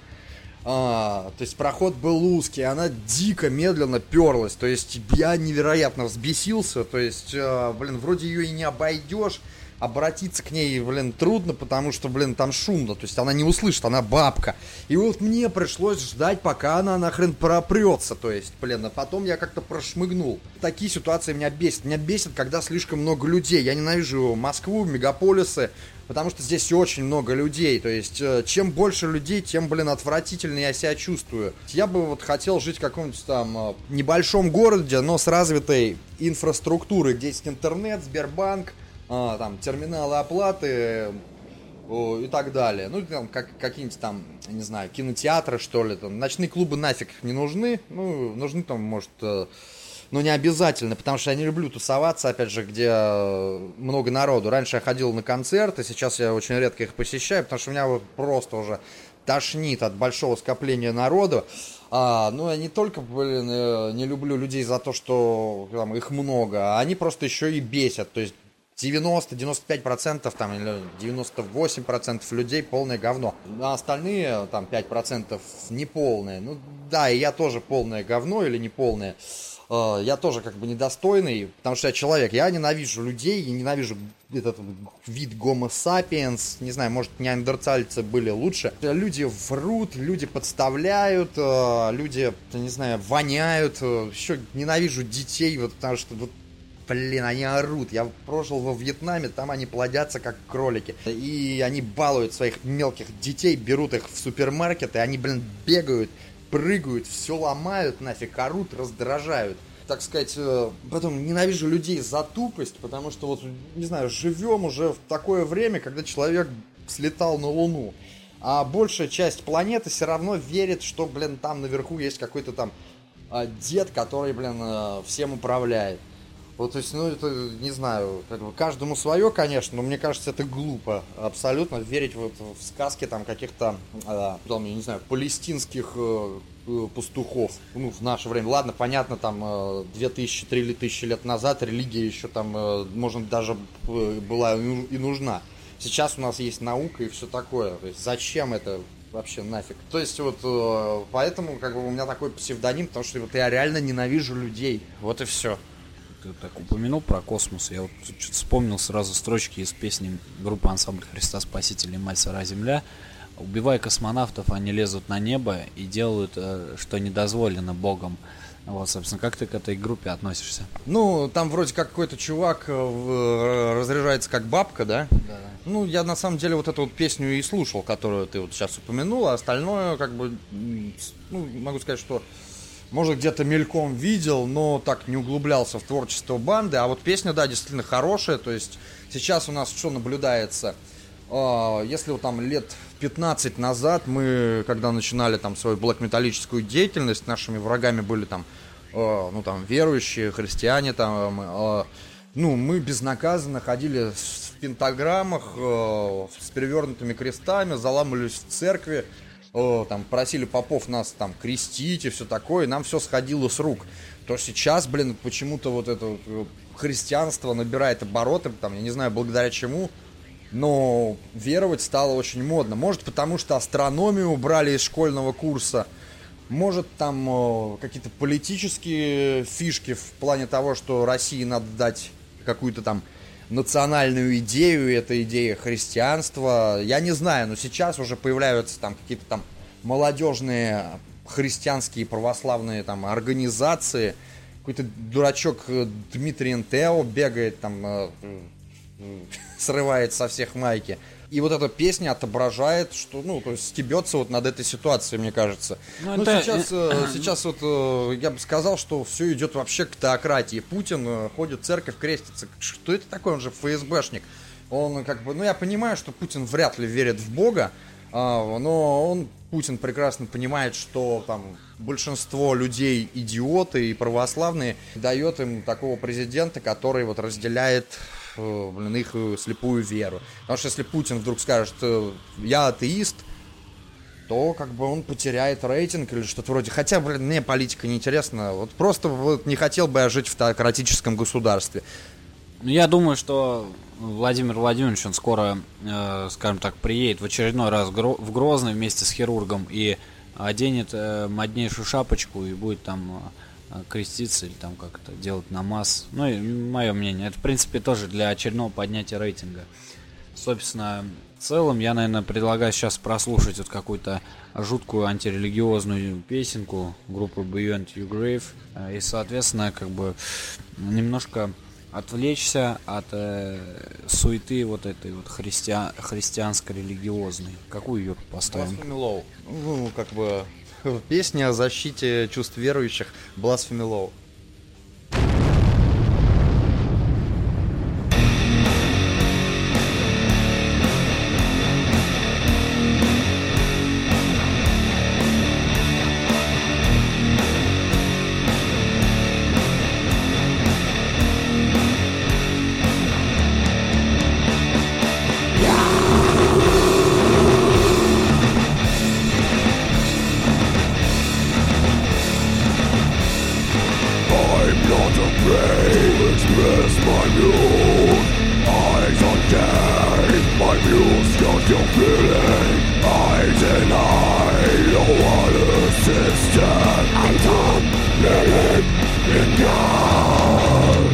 То есть проход был узкий, она дико медленно перлась, то есть я невероятно взбесился, то есть, вроде ее и не обойдешь, обратиться к ней, трудно, потому что, там шумно, то есть она не услышит, она бабка. И вот мне пришлось ждать, пока она нахрен пропрется, то есть, а потом я как-то прошмыгнул. Такие ситуации меня бесит, когда слишком много людей. Я ненавижу Москву, мегаполисы, потому что здесь очень много людей, то есть, чем больше людей, тем, отвратительнее я себя чувствую. Я бы хотел жить в каком-нибудь там небольшом городе, но с развитой инфраструктурой, где есть интернет, Сбербанк, там, терминалы оплаты и так далее. Там, какие-нибудь там, не знаю, кинотеатры, что ли, там, ночные клубы нафиг не нужны, нужны там, может, не обязательно, потому что я не люблю тусоваться, опять же, где много народу. Раньше я ходил на концерты, сейчас я очень редко их посещаю, потому что меня просто уже тошнит от большого скопления народу. Я не только, не люблю людей за то, что там их много, а они просто еще и бесят. То есть 90-95% там, или 98% людей полное говно. А остальные там 5% неполные. Ну да, и я тоже полное говно или неполное. Я тоже как бы недостойный, потому что я человек. Я ненавижу людей, я ненавижу этот вид Homo sapiens. Не знаю, может, неандертальцы были лучше. Люди врут, люди подставляют, люди, не знаю, воняют. Еще ненавижу детей, вот, потому что вот, блин, они орут. Я прожил во Вьетнаме, там они плодятся как кролики. И они балуют своих мелких детей, берут их в супермаркет, и они, блин, бегают, прыгают, все ломают, нафиг, орут, раздражают. Так сказать, потом ненавижу людей за тупость, потому что вот, не знаю, живем уже в такое время, когда человек слетал на Луну. А большая часть планеты все равно верит, что, блин, там наверху есть какой-то там дед, который, блин, всем управляет. Вот, то есть, ну, это, не знаю, как бы каждому свое, конечно, но мне кажется, это глупо абсолютно верить вот в сказки там каких-то, там, я не знаю, палестинских пастухов, ну, в наше время. Ладно, понятно, там, 2000-3000 лет назад религия еще там, может, даже была и нужна. Сейчас у нас есть наука и все такое. То есть, зачем это вообще нафиг? То есть, вот, поэтому, как бы, у меня такой псевдоним, потому что вот я реально ненавижу людей. Вот и все. Ты так упомянул про космос, я вот что-то вспомнил сразу строчки из песни группы «Ансамбль Христа Спасителя и Мать Сыра Земля». Убивая космонавтов, они лезут на небо и делают, что недозволено Богом. Вот, собственно, как ты к этой группе относишься? Ну, там вроде как какой-то чувак разряжается как бабка, да? Да. Ну, я на самом деле вот эту вот песню и слушал, которую ты вот сейчас упомянул, а остальное, как бы, ну, могу сказать, что может, где-то мельком видел, но так не углублялся в творчество банды. А вот песня, да, действительно хорошая. То есть сейчас у нас что наблюдается? Если вот там лет 15 назад мы, когда начинали там свою блэк-металлическую деятельность, нашими врагами были там, ну там, верующие, христиане, там, ну, мы безнаказанно ходили в пентаграммах, с перевернутыми крестами, заламывались в церкви, там, просили попов нас там крестить и все такое, и нам все сходило с рук. То сейчас, блин, почему-то вот это вот христианство набирает обороты, там, я не знаю, благодаря чему, но веровать стало очень модно. Может, потому что астрономию убрали из школьного курса, может, там какие-то политические фишки в плане того, что России надо дать какую-то там национальную идею, и эта идея христианства, я не знаю, но сейчас уже появляются там какие-то там молодежные христианские православные там организации, какой-то дурачок Дмитрий НТО бегает там, срывает со всех майки. И вот эта песня отображает, что, ну, то есть стебется вот над этой ситуацией, мне кажется. Ну, сейчас вот я бы сказал, что все идет вообще к теократии. Путин ходит в церковь, крестится. Что это такое? Он же ФСБшник. Он как бы, ну, я понимаю, что Путин вряд ли верит в Бога, но Путин прекрасно понимает, что там большинство людей идиоты и православные, дает им такого президента, который вот разделяет их слепую веру. Потому что если Путин вдруг скажет, я атеист, то как бы он потеряет рейтинг или что-то вроде. Хотя, мне политика не интересна. Вот просто вот не хотел бы я жить в теократическом государстве. Я думаю, что Владимир Владимирович, он скоро, скажем так, приедет в очередной раз в Грозный вместе с хирургом и оденет моднейшую шапочку и будет там креститься или там как-то делать намаз. Ну, и мое мнение, это, в принципе, тоже для очередного поднятия рейтинга. Собственно, в целом, я, наверное, предлагаю сейчас прослушать вот какую-то жуткую антирелигиозную песенку группы Beyond Your Grave и, соответственно, как бы немножко отвлечься от суеты вот этой вот христианско-религиозной. Какую ее поставим? Blasphemy Law. Ну, как бы песня о защите чувств верующих. Blasphemy Law. feeling I deny. No other system. I don't believe in God.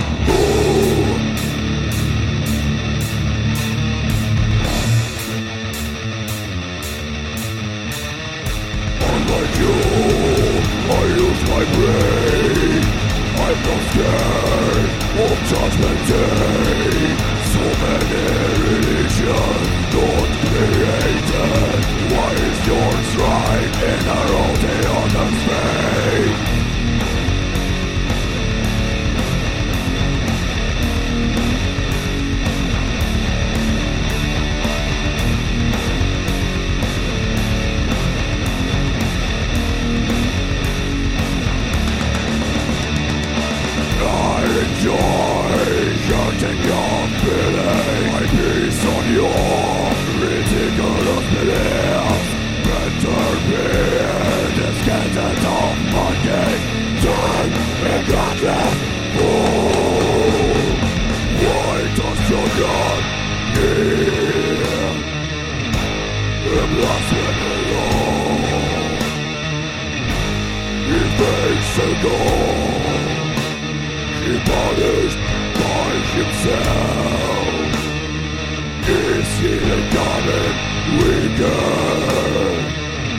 Unlike you, I use my brain. I'm not scared of Judgment Day. So many religions not created. Why is yours right and our own the other's fate? Hurting your feeling, my peace on your ridiculous beliefs. Better be discontent of Monday, time and godless fool. Why does your God hear the blasphemy alone? He makes a goal, he punished by himself. Is he the common weekend?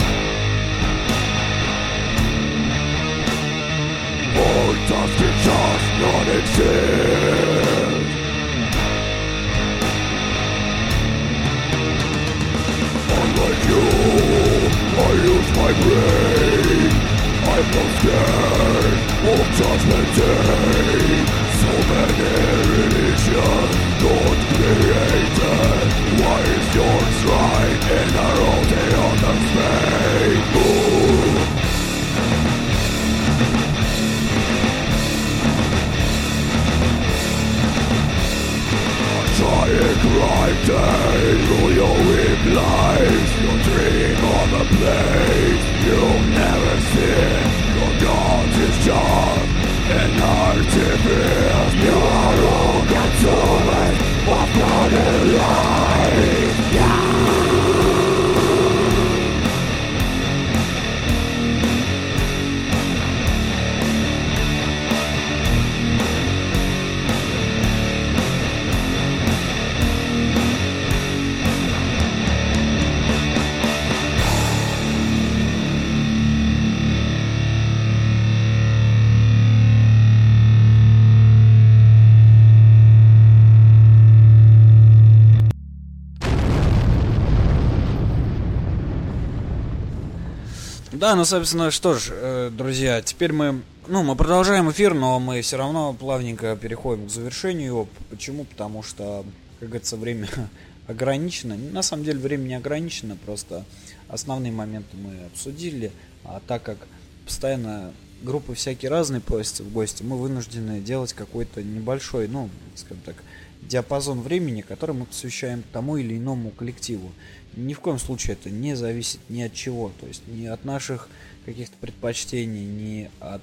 Or does he just not exist? Unlike you, I use my brain. I'm not scared of Judgment Day. So many religions not created. Why is yours right and our own the other's fate? Trying right day through your weak life. You dream of a place you've never seen. Your God is just an artifice. You are all consuming of God and life. Да, ну, собственно, что ж, друзья, теперь мы продолжаем эфир, но мы все равно плавненько переходим к завершению его. Почему? Потому что, как говорится, время ограничено. На самом деле, время не ограничено, просто основные моменты мы обсудили. А так как постоянно группы всякие разные просятся в гости, мы вынуждены делать какой-то небольшой, скажем так, диапазон времени, который мы посвящаем тому или иному коллективу. Ни в коем случае это не зависит ни от чего, то есть ни от наших каких-то предпочтений, ни от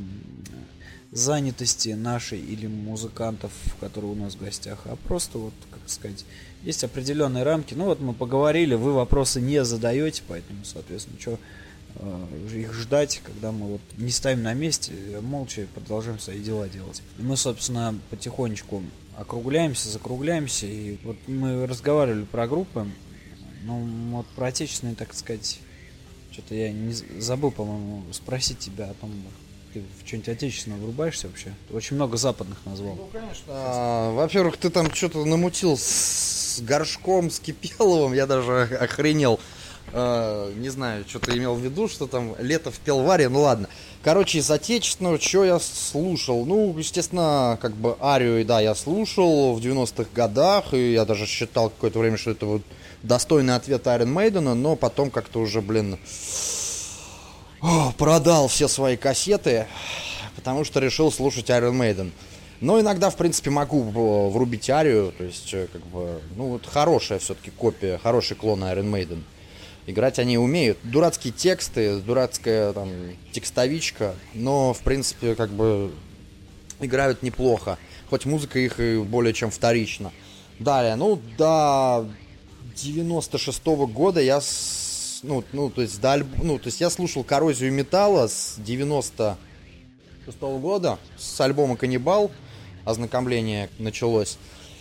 занятости нашей или музыкантов, которые у нас в гостях, а просто как сказать, есть определенные рамки. Мы поговорили, вы вопросы не задаете, поэтому, соответственно, что их ждать, когда мы не ставим на месте, молча продолжаем свои дела делать. И мы, собственно, потихонечку округляемся, закругляемся, и мы разговаривали про группы. Про отечественные, так сказать, что-то я не забыл, по-моему, спросить тебя о том, ты в что-нибудь отечественное врубаешься вообще? Ты очень много западных назвал. Конечно. Во-первых, ты там что-то намутил с Горшком, с Кипеловым, я даже охренел. Не знаю, что ты имел в виду, что там лето в Пелваре, ладно. Короче, из отечественного, что я слушал? Естественно, Арию, да, я слушал в 90-х годах, и я даже считал какое-то время, что это достойный ответ Iron Maiden, но потом как-то уже, продал все свои кассеты, потому что решил слушать Iron Maiden. Но иногда, в принципе, могу врубить Арию, то есть, хорошая все-таки копия, хороший клон Iron Maiden. Играть они умеют. Дурацкие тексты, дурацкая текстовичка, но, в принципе, играют неплохо. Хоть музыка их и более чем вторична. Далее, 96-го года я то есть я слушал «Коррозию металла» с 96-го года, с альбома «Каннибал», ознакомление началось.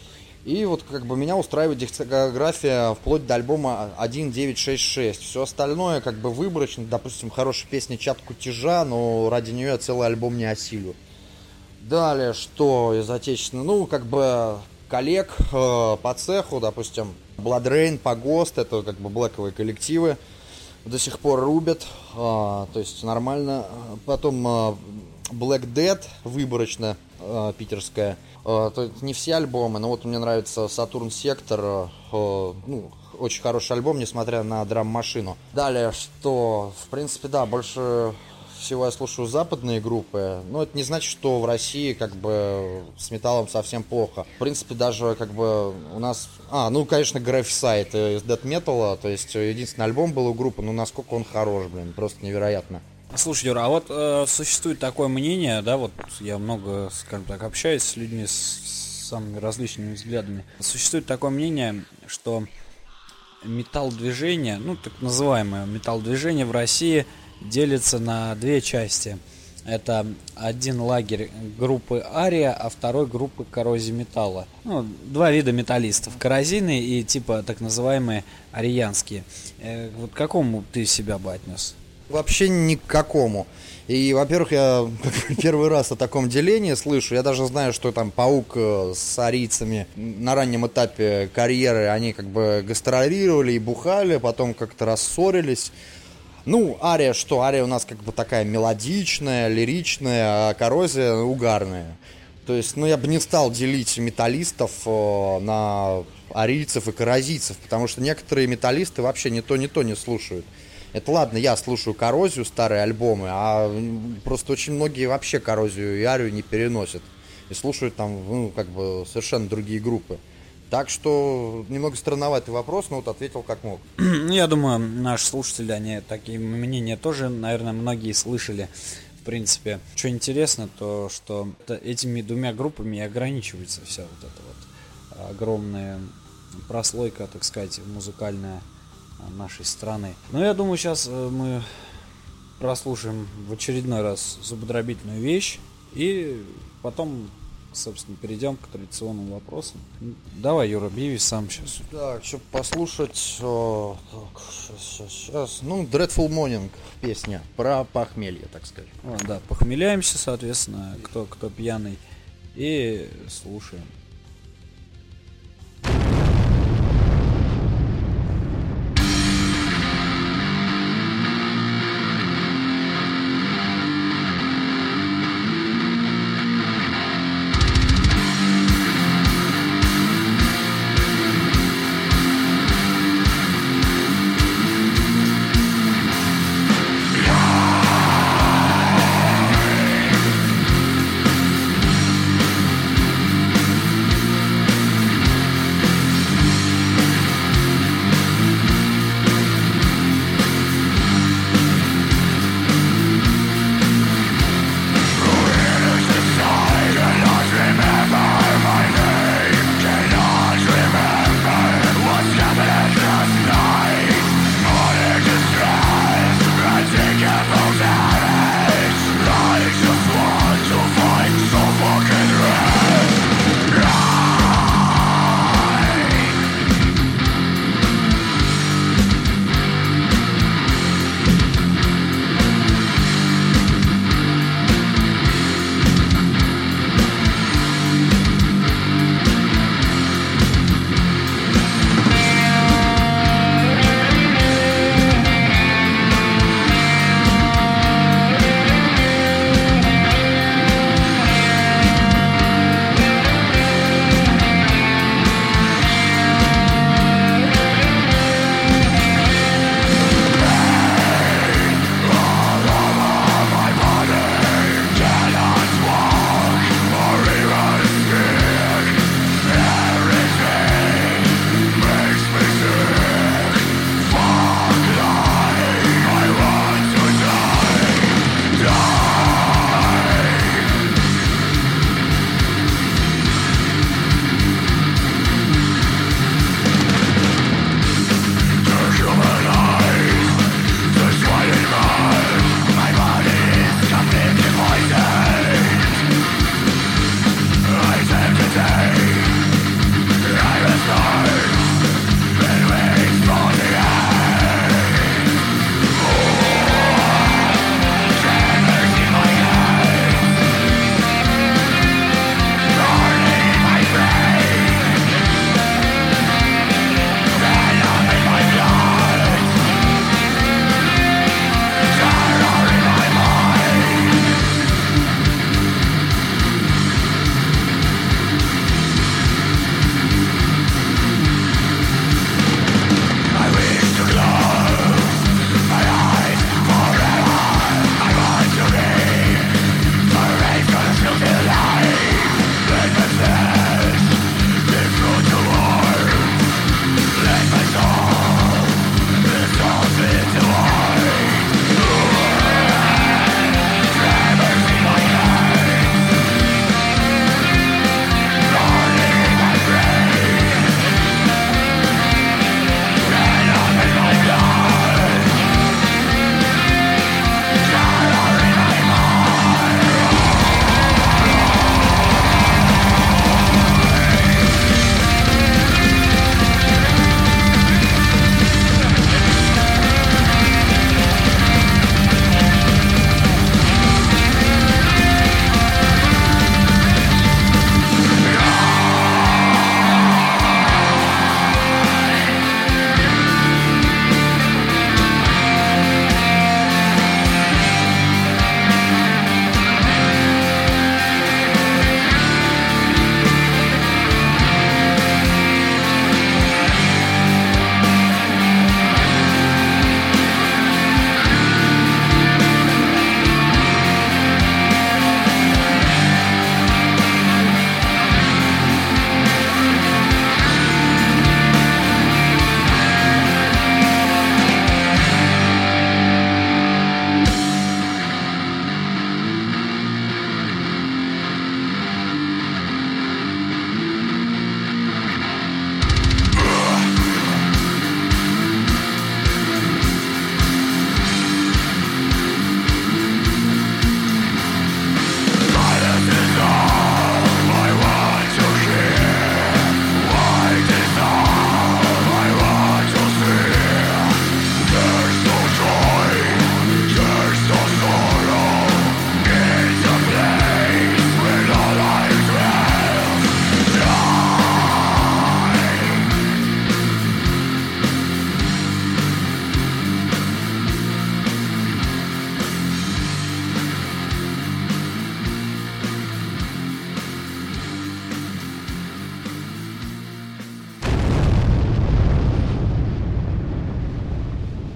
И вот как бы меня устраивает дискография вплоть до альбома 1966. Все остальное как бы выборочно. Допустим, хорошая песня «Чат Кутежа», но ради нее я целый альбом не осилю. Далее, что из отечественного? Ну, как бы коллег по цеху, допустим, Blood Rain, Погост, это как бы блэковые коллективы, до сих пор рубят, то есть нормально. Потом Black Dead, выборочно, питерская. То есть не все альбомы, но вот мне нравится Saturn Sector, очень хороший альбом, несмотря на драм-машину. Далее, что, в принципе, да, больше всего я слушаю западные группы, но это не значит, что в России как бы с металлом совсем плохо. В принципе, даже как бы у нас... конечно, Graveside из Death Metal, то есть единственный альбом был у группы, но насколько он хорош, просто невероятно. Слушай, Юра, а вот существует такое мнение, да, вот я много, скажем так, общаюсь с людьми с самыми различными взглядами. Существует такое мнение, что металл-движение, так называемое металл-движение в России делится на две части. Это один лагерь группы Ария, а второй группы Коррозии металла. Два вида металлистов. Коррозийные и типа так называемые ариянские. Вот к какому ты себя бы отнес? Вообще ни к какому. И, во-первых, я первый раз о таком делении слышу. Я даже знаю, что там Паук с арийцами на раннем этапе карьеры, они как бы гастролировали и бухали, потом как-то рассорились. Ария что? Ария у нас как бы такая мелодичная, лиричная, а Коррозия угарная. То есть, я бы не стал делить металлистов на арийцев и коррозийцев, потому что некоторые металлисты вообще ни то не слушают. Это ладно, я слушаю Коррозию, старые альбомы, а просто очень многие вообще Коррозию и Арию не переносят. И слушают там, совершенно другие группы. Так что немного странноватый вопрос, но ответил как мог. Я думаю, наши слушатели, они такие мнения тоже, наверное, многие слышали. В принципе, что интересно, то что этими двумя группами и ограничивается вся вот эта вот огромная прослойка, так сказать, музыкальная нашей страны. Я думаю, сейчас мы прослушаем в очередной раз зубодробительную вещь и потом, собственно, перейдем к традиционным вопросам. Давай, Юра, объяви сам сейчас. Так, чтобы послушать... сейчас. Dreadful Morning песня про похмелье, так сказать. Да, похмеляемся, соответственно, кто пьяный, и слушаем.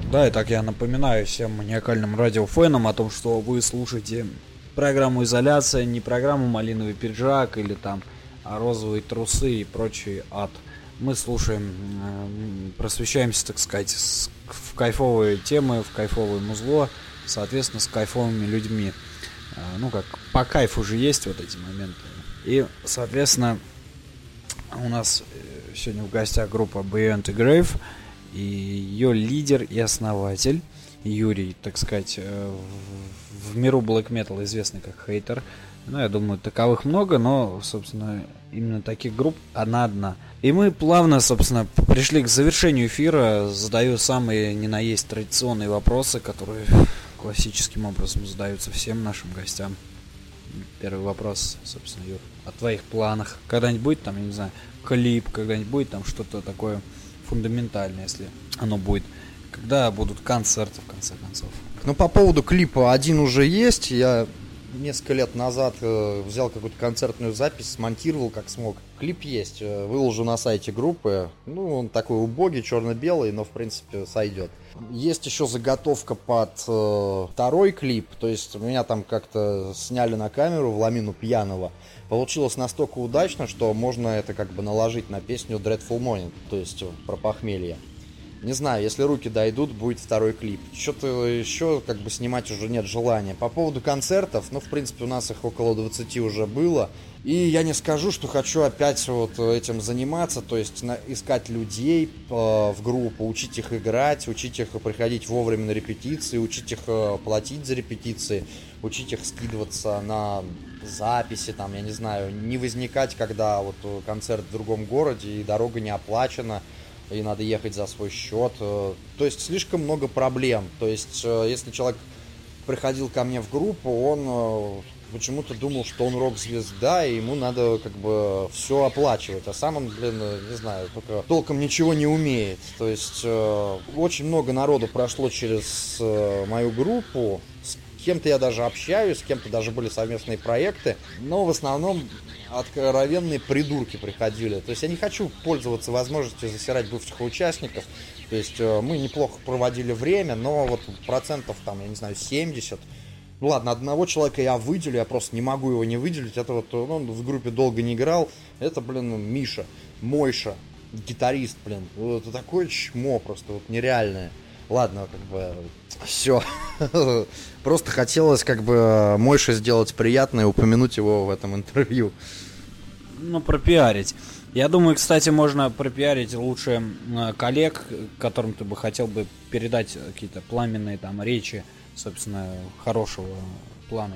Да, и так я напоминаю всем маниакальным радиофенам о том, что вы слушаете программу «Изоляция», не программу «Малиновый пиджак» или там «Розовые трусы» и прочий ад. Мы слушаем, просвещаемся, так сказать, в кайфовые темы, в кайфовое музло, соответственно, с кайфовыми людьми. Ну, как по кайфу же есть вот эти моменты. И, соответственно, у нас сегодня в гостях группа Beyond the Grave и ее лидер и основатель Юрий, так сказать, в миру Black Metal известный как Хейтер. Ну, я думаю, таковых много, но, собственно, именно таких групп одна. И мы плавно, собственно, пришли к завершению эфира. Задаю самые не на есть традиционные вопросы, которые классическим образом задаются всем нашим гостям. Первый вопрос, собственно, Юр, о твоих планах. Когда-нибудь будет там, я не знаю, клип, когда-нибудь будет там что-то такое фундаментальное, если оно будет. Когда будут концерты, в конце концов? Ну, по поводу клипа один уже есть. Я несколько лет назад взял какую-то концертную запись, смонтировал как смог. Клип есть, выложу на сайте группы. Ну, он такой убогий, черно-белый, но в принципе сойдет. Есть еще заготовка под второй клип. То есть меня там как-то сняли на камеру в Ламину пьяного. Получилось настолько удачно, что можно это как бы наложить на песню Dreadful Morning, то есть про похмелье. Не знаю, если руки дойдут, будет второй клип. Что-то еще как бы снимать уже нет желания. По поводу концертов, ну, в принципе, у нас их около 20 уже было. И я не скажу, что хочу опять вот этим заниматься, то есть искать людей в группу, учить их играть, учить их приходить вовремя на репетиции, учить их платить за репетиции, учить их скидываться на записи, там, я не знаю, не возникать, когда вот концерт в другом городе и дорога не оплачена, и надо ехать за свой счет. То есть слишком много проблем. То есть если человек приходил ко мне в группу, он почему-то думал, что он рок-звезда, и ему надо как бы все оплачивать. А сам он, не знаю, только толком ничего не умеет. То есть очень много народу прошло через мою группу. С кем-то я даже общаюсь, с кем-то даже были совместные проекты. Но в основном откровенные придурки приходили. То есть я не хочу пользоваться возможностью засирать бывших участников. То есть мы неплохо проводили время, но вот процентов там, я не знаю, 70. Ну ладно, одного человека я выделю, я просто не могу его не выделить. Это вот, он в группе долго не играл. Это, Миша, Мойша, гитарист, Это такое чмо просто, вот нереальное. Ладно, как бы, все. Просто хотелось, как бы, Мойше сделать приятное и упомянуть его в этом интервью. Ну, пропиарить. Я думаю, кстати, можно пропиарить лучше коллег, которым ты бы хотел бы передать какие-то пламенные там речи, собственно, хорошего плана.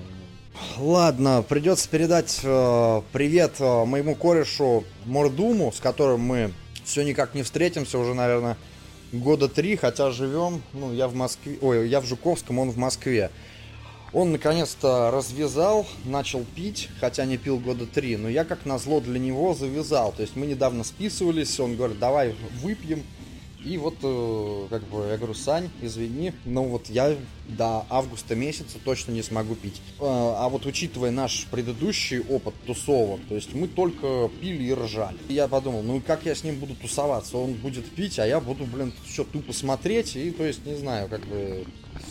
Ладно, придется передать привет моему корешу Мордуму, с которым мы все никак не встретимся уже, наверное, года 3, хотя живем, я в Москве, я в Жуковском, он в Москве. Он наконец-то развязал, начал пить, хотя не пил года 3, но я как назло для него завязал. То есть мы недавно списывались, он говорит, давай выпьем. И вот, как бы, я говорю, Сань, извини, но вот я до августа месяца точно не смогу пить. А вот учитывая наш предыдущий опыт тусовок, то есть мы только пили и ржали. И я подумал, как я с ним буду тусоваться? Он будет пить, а я буду, все тупо смотреть, и, то есть, не знаю, как бы...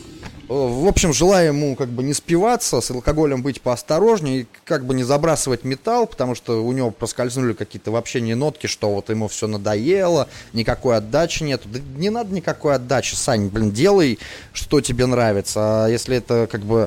В общем, желаю ему как бы не спиваться, с алкоголем быть поосторожнее и как бы не забрасывать металл, потому что у него проскользнули какие-то вообще не нотки, что вот ему все надоело, никакой отдачи нету. Да не надо никакой отдачи, Сань, делай, что тебе нравится. А если это как бы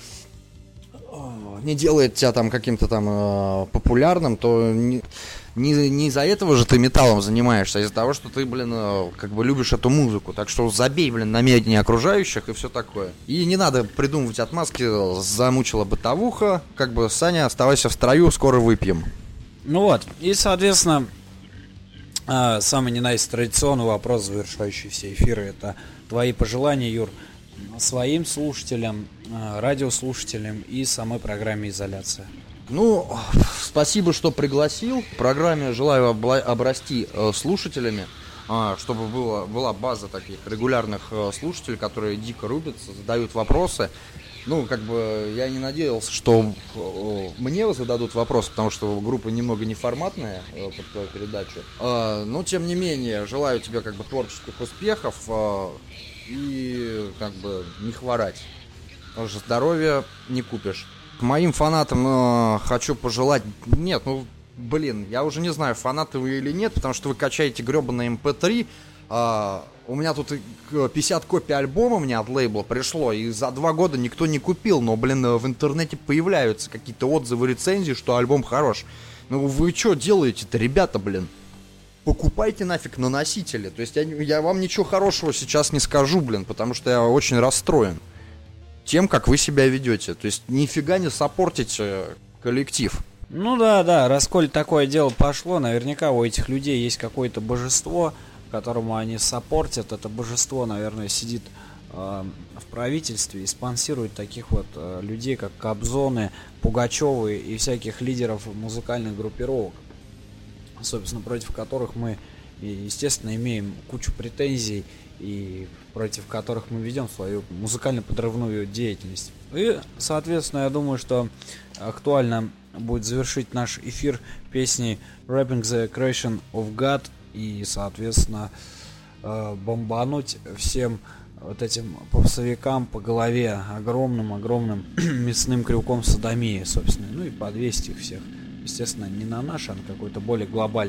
не делает тебя там каким-то там популярным, то... Не из-за этого же ты металлом занимаешься, а из-за того, что ты, как бы любишь эту музыку. Так что забей, на мнение окружающих и все такое. И не надо придумывать отмазки, замучила бытовуха. Как бы, Саня, оставайся в строю, скоро выпьем. Ну вот, и, соответственно, самый традиционный вопрос, завершающий все эфиры, это твои пожелания, Юр, своим слушателям, радиослушателям и самой программе «Изоляция». Спасибо, что пригласил. В программе желаю обрасти слушателями, чтобы была база таких регулярных слушателей, которые дико рубятся, задают вопросы. Ну, как бы, я не надеялся, что мне зададут вопрос, потому что группа немного неформатная под твою передачу. Но, тем не менее, желаю тебе, как бы, творческих успехов и, как бы, не хворать. Потому что здоровья не купишь. К моим фанатам хочу пожелать... Нет, ну, блин, я уже не знаю, фанаты вы или нет, потому что вы качаете гребаный MP3. У меня тут 50 копий альбома мне от лейбла пришло, и за 2 года никто не купил, но, блин, в интернете появляются какие-то отзывы, рецензии, что альбом хорош. Ну вы что делаете-то, ребята, блин? Покупайте нафиг на носители. То есть я вам ничего хорошего сейчас не скажу, блин, потому что я очень расстроен тем, как вы себя ведете. То есть нифига не саппортите коллектив. Ну да, раз коль такое дело пошло, наверняка у этих людей есть какое-то божество, которому они саппортят. Это божество, наверное, сидит в правительстве и спонсирует таких вот людей, как Кобзоны, Пугачевы и всяких лидеров музыкальных группировок, собственно, против которых мы, естественно, имеем кучу претензий и против которых мы ведем свою музыкально-подрывную деятельность. И, соответственно, я думаю, что актуально будет завершить наш эфир песней Rapping the Creation of God и, соответственно, бомбануть всем вот этим попсовикам по голове огромным мясным крюком содомии, собственно, ну и подвесить их всех. Естественно, не на наш, а на какой-то более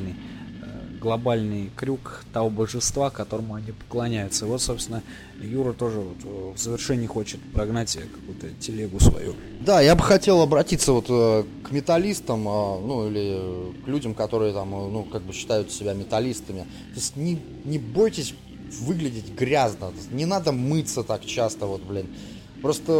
глобальный крюк того божества, которому они поклоняются. Вот, собственно, Юра тоже вот в завершении хочет прогнать какую-то телегу свою. Да, я бы хотел обратиться вот к металлистам, ну или к людям, которые там, ну, как бы считают себя металлистами. То есть не бойтесь выглядеть грязно, не надо мыться так часто, вот, блин. Просто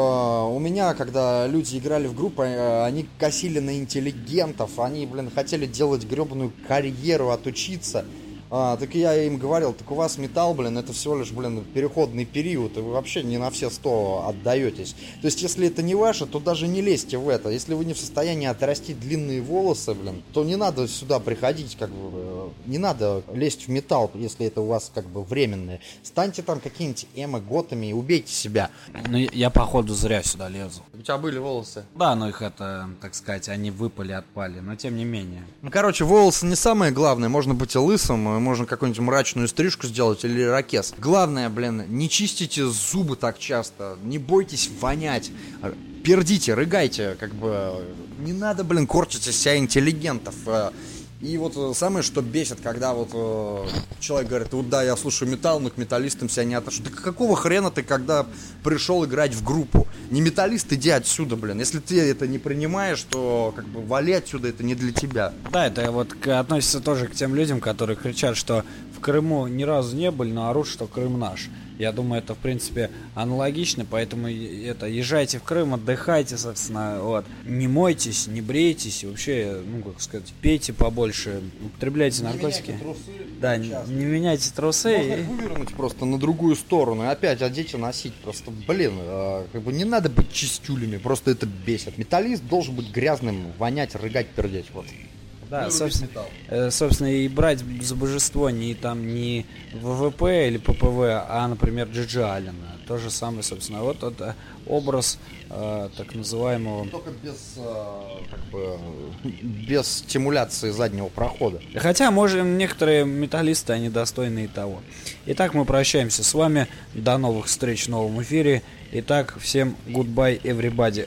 у меня, когда люди играли в группу, они косили на интеллигентов, они, блин, хотели делать гребаную карьеру, отучиться. Так я им говорил, так у вас металл, блин, это всего лишь, блин, переходный период, и вы вообще не на все 100 отдаетесь. То есть, если это не ваше, то даже не лезьте в это. Если вы не в состоянии отрастить длинные волосы, блин, то не надо сюда приходить, как бы, не надо лезть в металл, если это у вас, как бы, временное. Станьте там какими-нибудь эмо-готами и убейте себя. Ну, я, походу, зря сюда лезу. У тебя были волосы? Да, но их это, так сказать, они выпали, отпали, но тем не менее. Ну, короче, волосы не самое главное, можно быть и лысым, можно какую-нибудь мрачную стрижку сделать или ирокез. Главное, блин, не чистите зубы так часто, не бойтесь вонять, пердите, рыгайте, как бы, не надо, блин, корчить из себя интеллигентов. И вот самое, что бесит, когда вот человек говорит, вот да, я слушаю металл, но к металлистам себя не отношу. Да какого хрена ты, когда пришел играть в группу? Не металлист, иди отсюда, блин. Если ты это не принимаешь, то как бы вали отсюда, это не для тебя. Да, это вот относится тоже к тем людям, которые кричат, что в Крыму ни разу не были, но орут, что Крым наш. Я думаю, это, в принципе, аналогично, поэтому езжайте в Крым, отдыхайте, собственно, вот. Не мойтесь, не брейтесь, и вообще, ну, как сказать, пейте побольше, употребляйте наркотики. Не меняйте трусы. Да, не меняйте трусы. Можно их вывернуть просто на другую сторону и опять одеть и носить. Просто, блин, как бы не надо быть чистюлями, просто это бесит. Металлист должен быть грязным, вонять, рыгать, пердеть, вот. Да, собственно, и брать за божество не ВВП или ППВ, а, например, Джиджи Аллена. То же самое, собственно. Вот это образ так называемого... Только без стимуляции заднего прохода. Хотя, может, некоторые металлисты, они достойны и того. Итак, мы прощаемся с вами. До новых встреч в новом эфире. Итак, всем goodbye, everybody.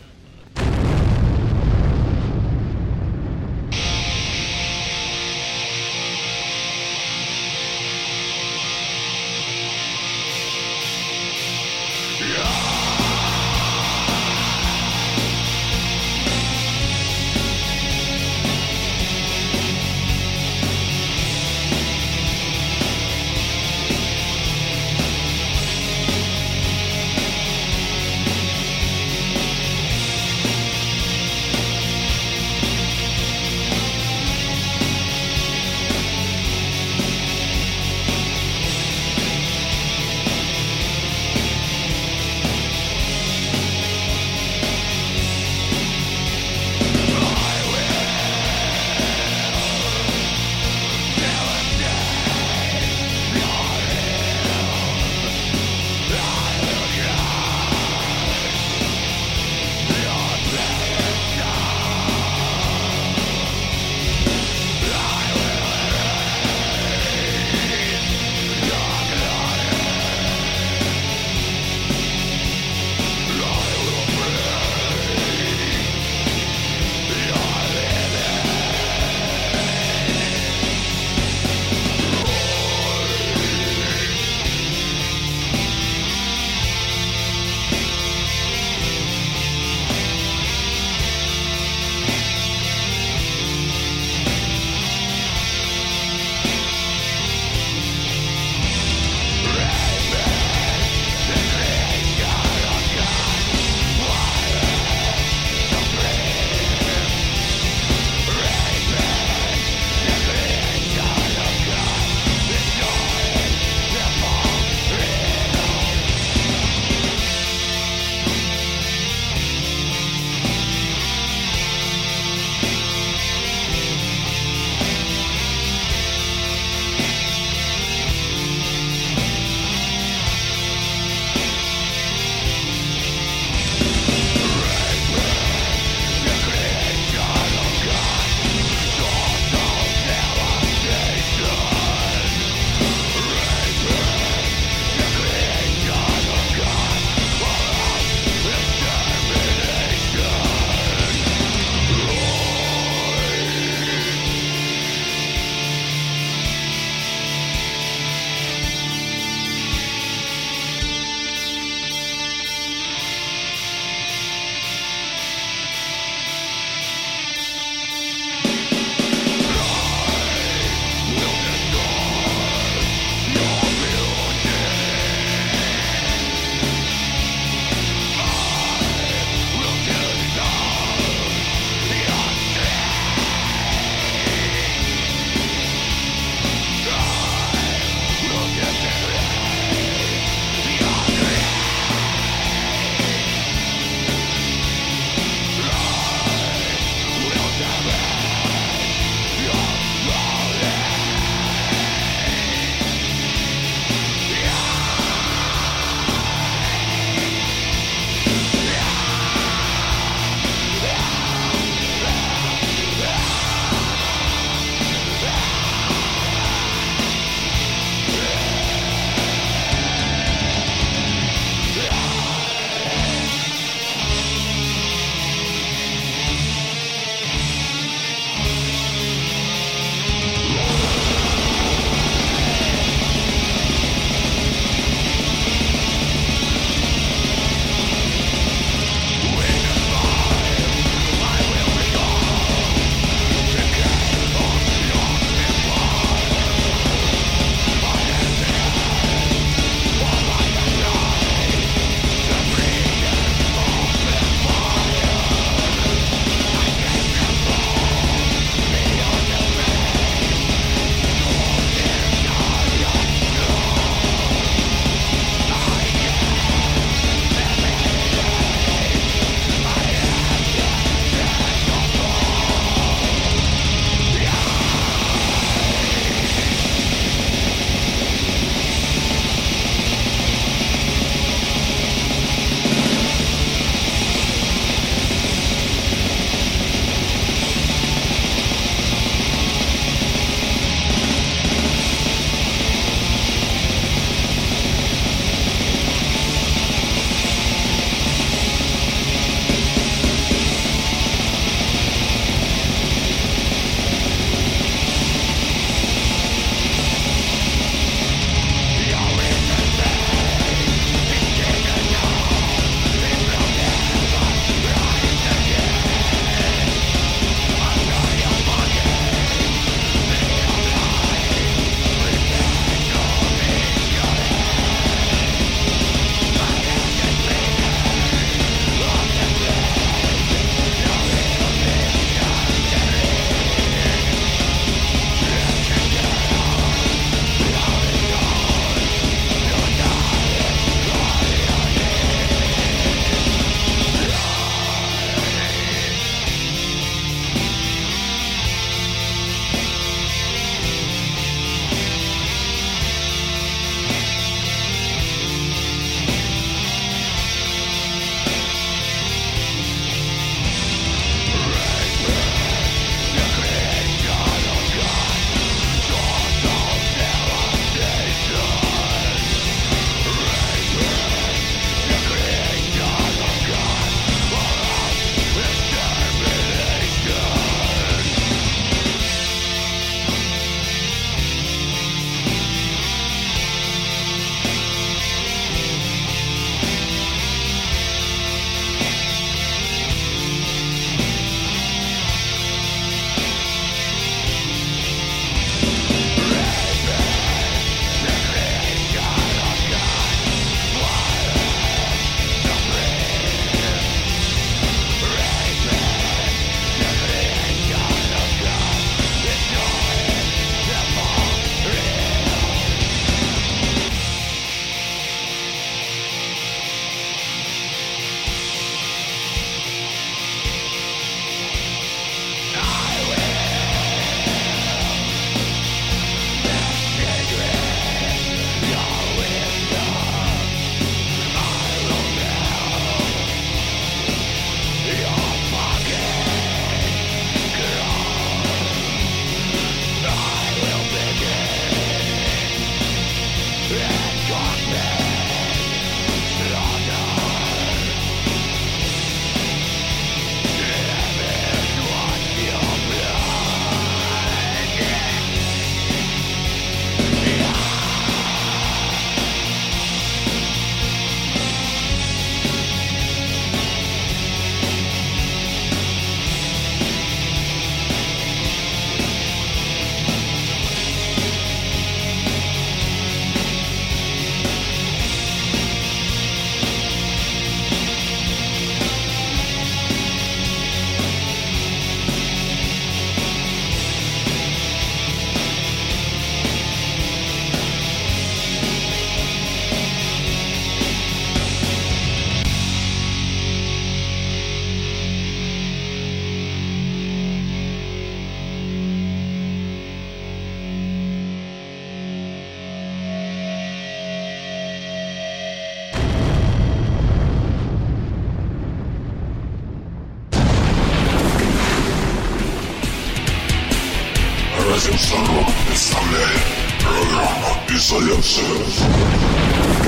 Радио Сорок представляет программу «Изоляция».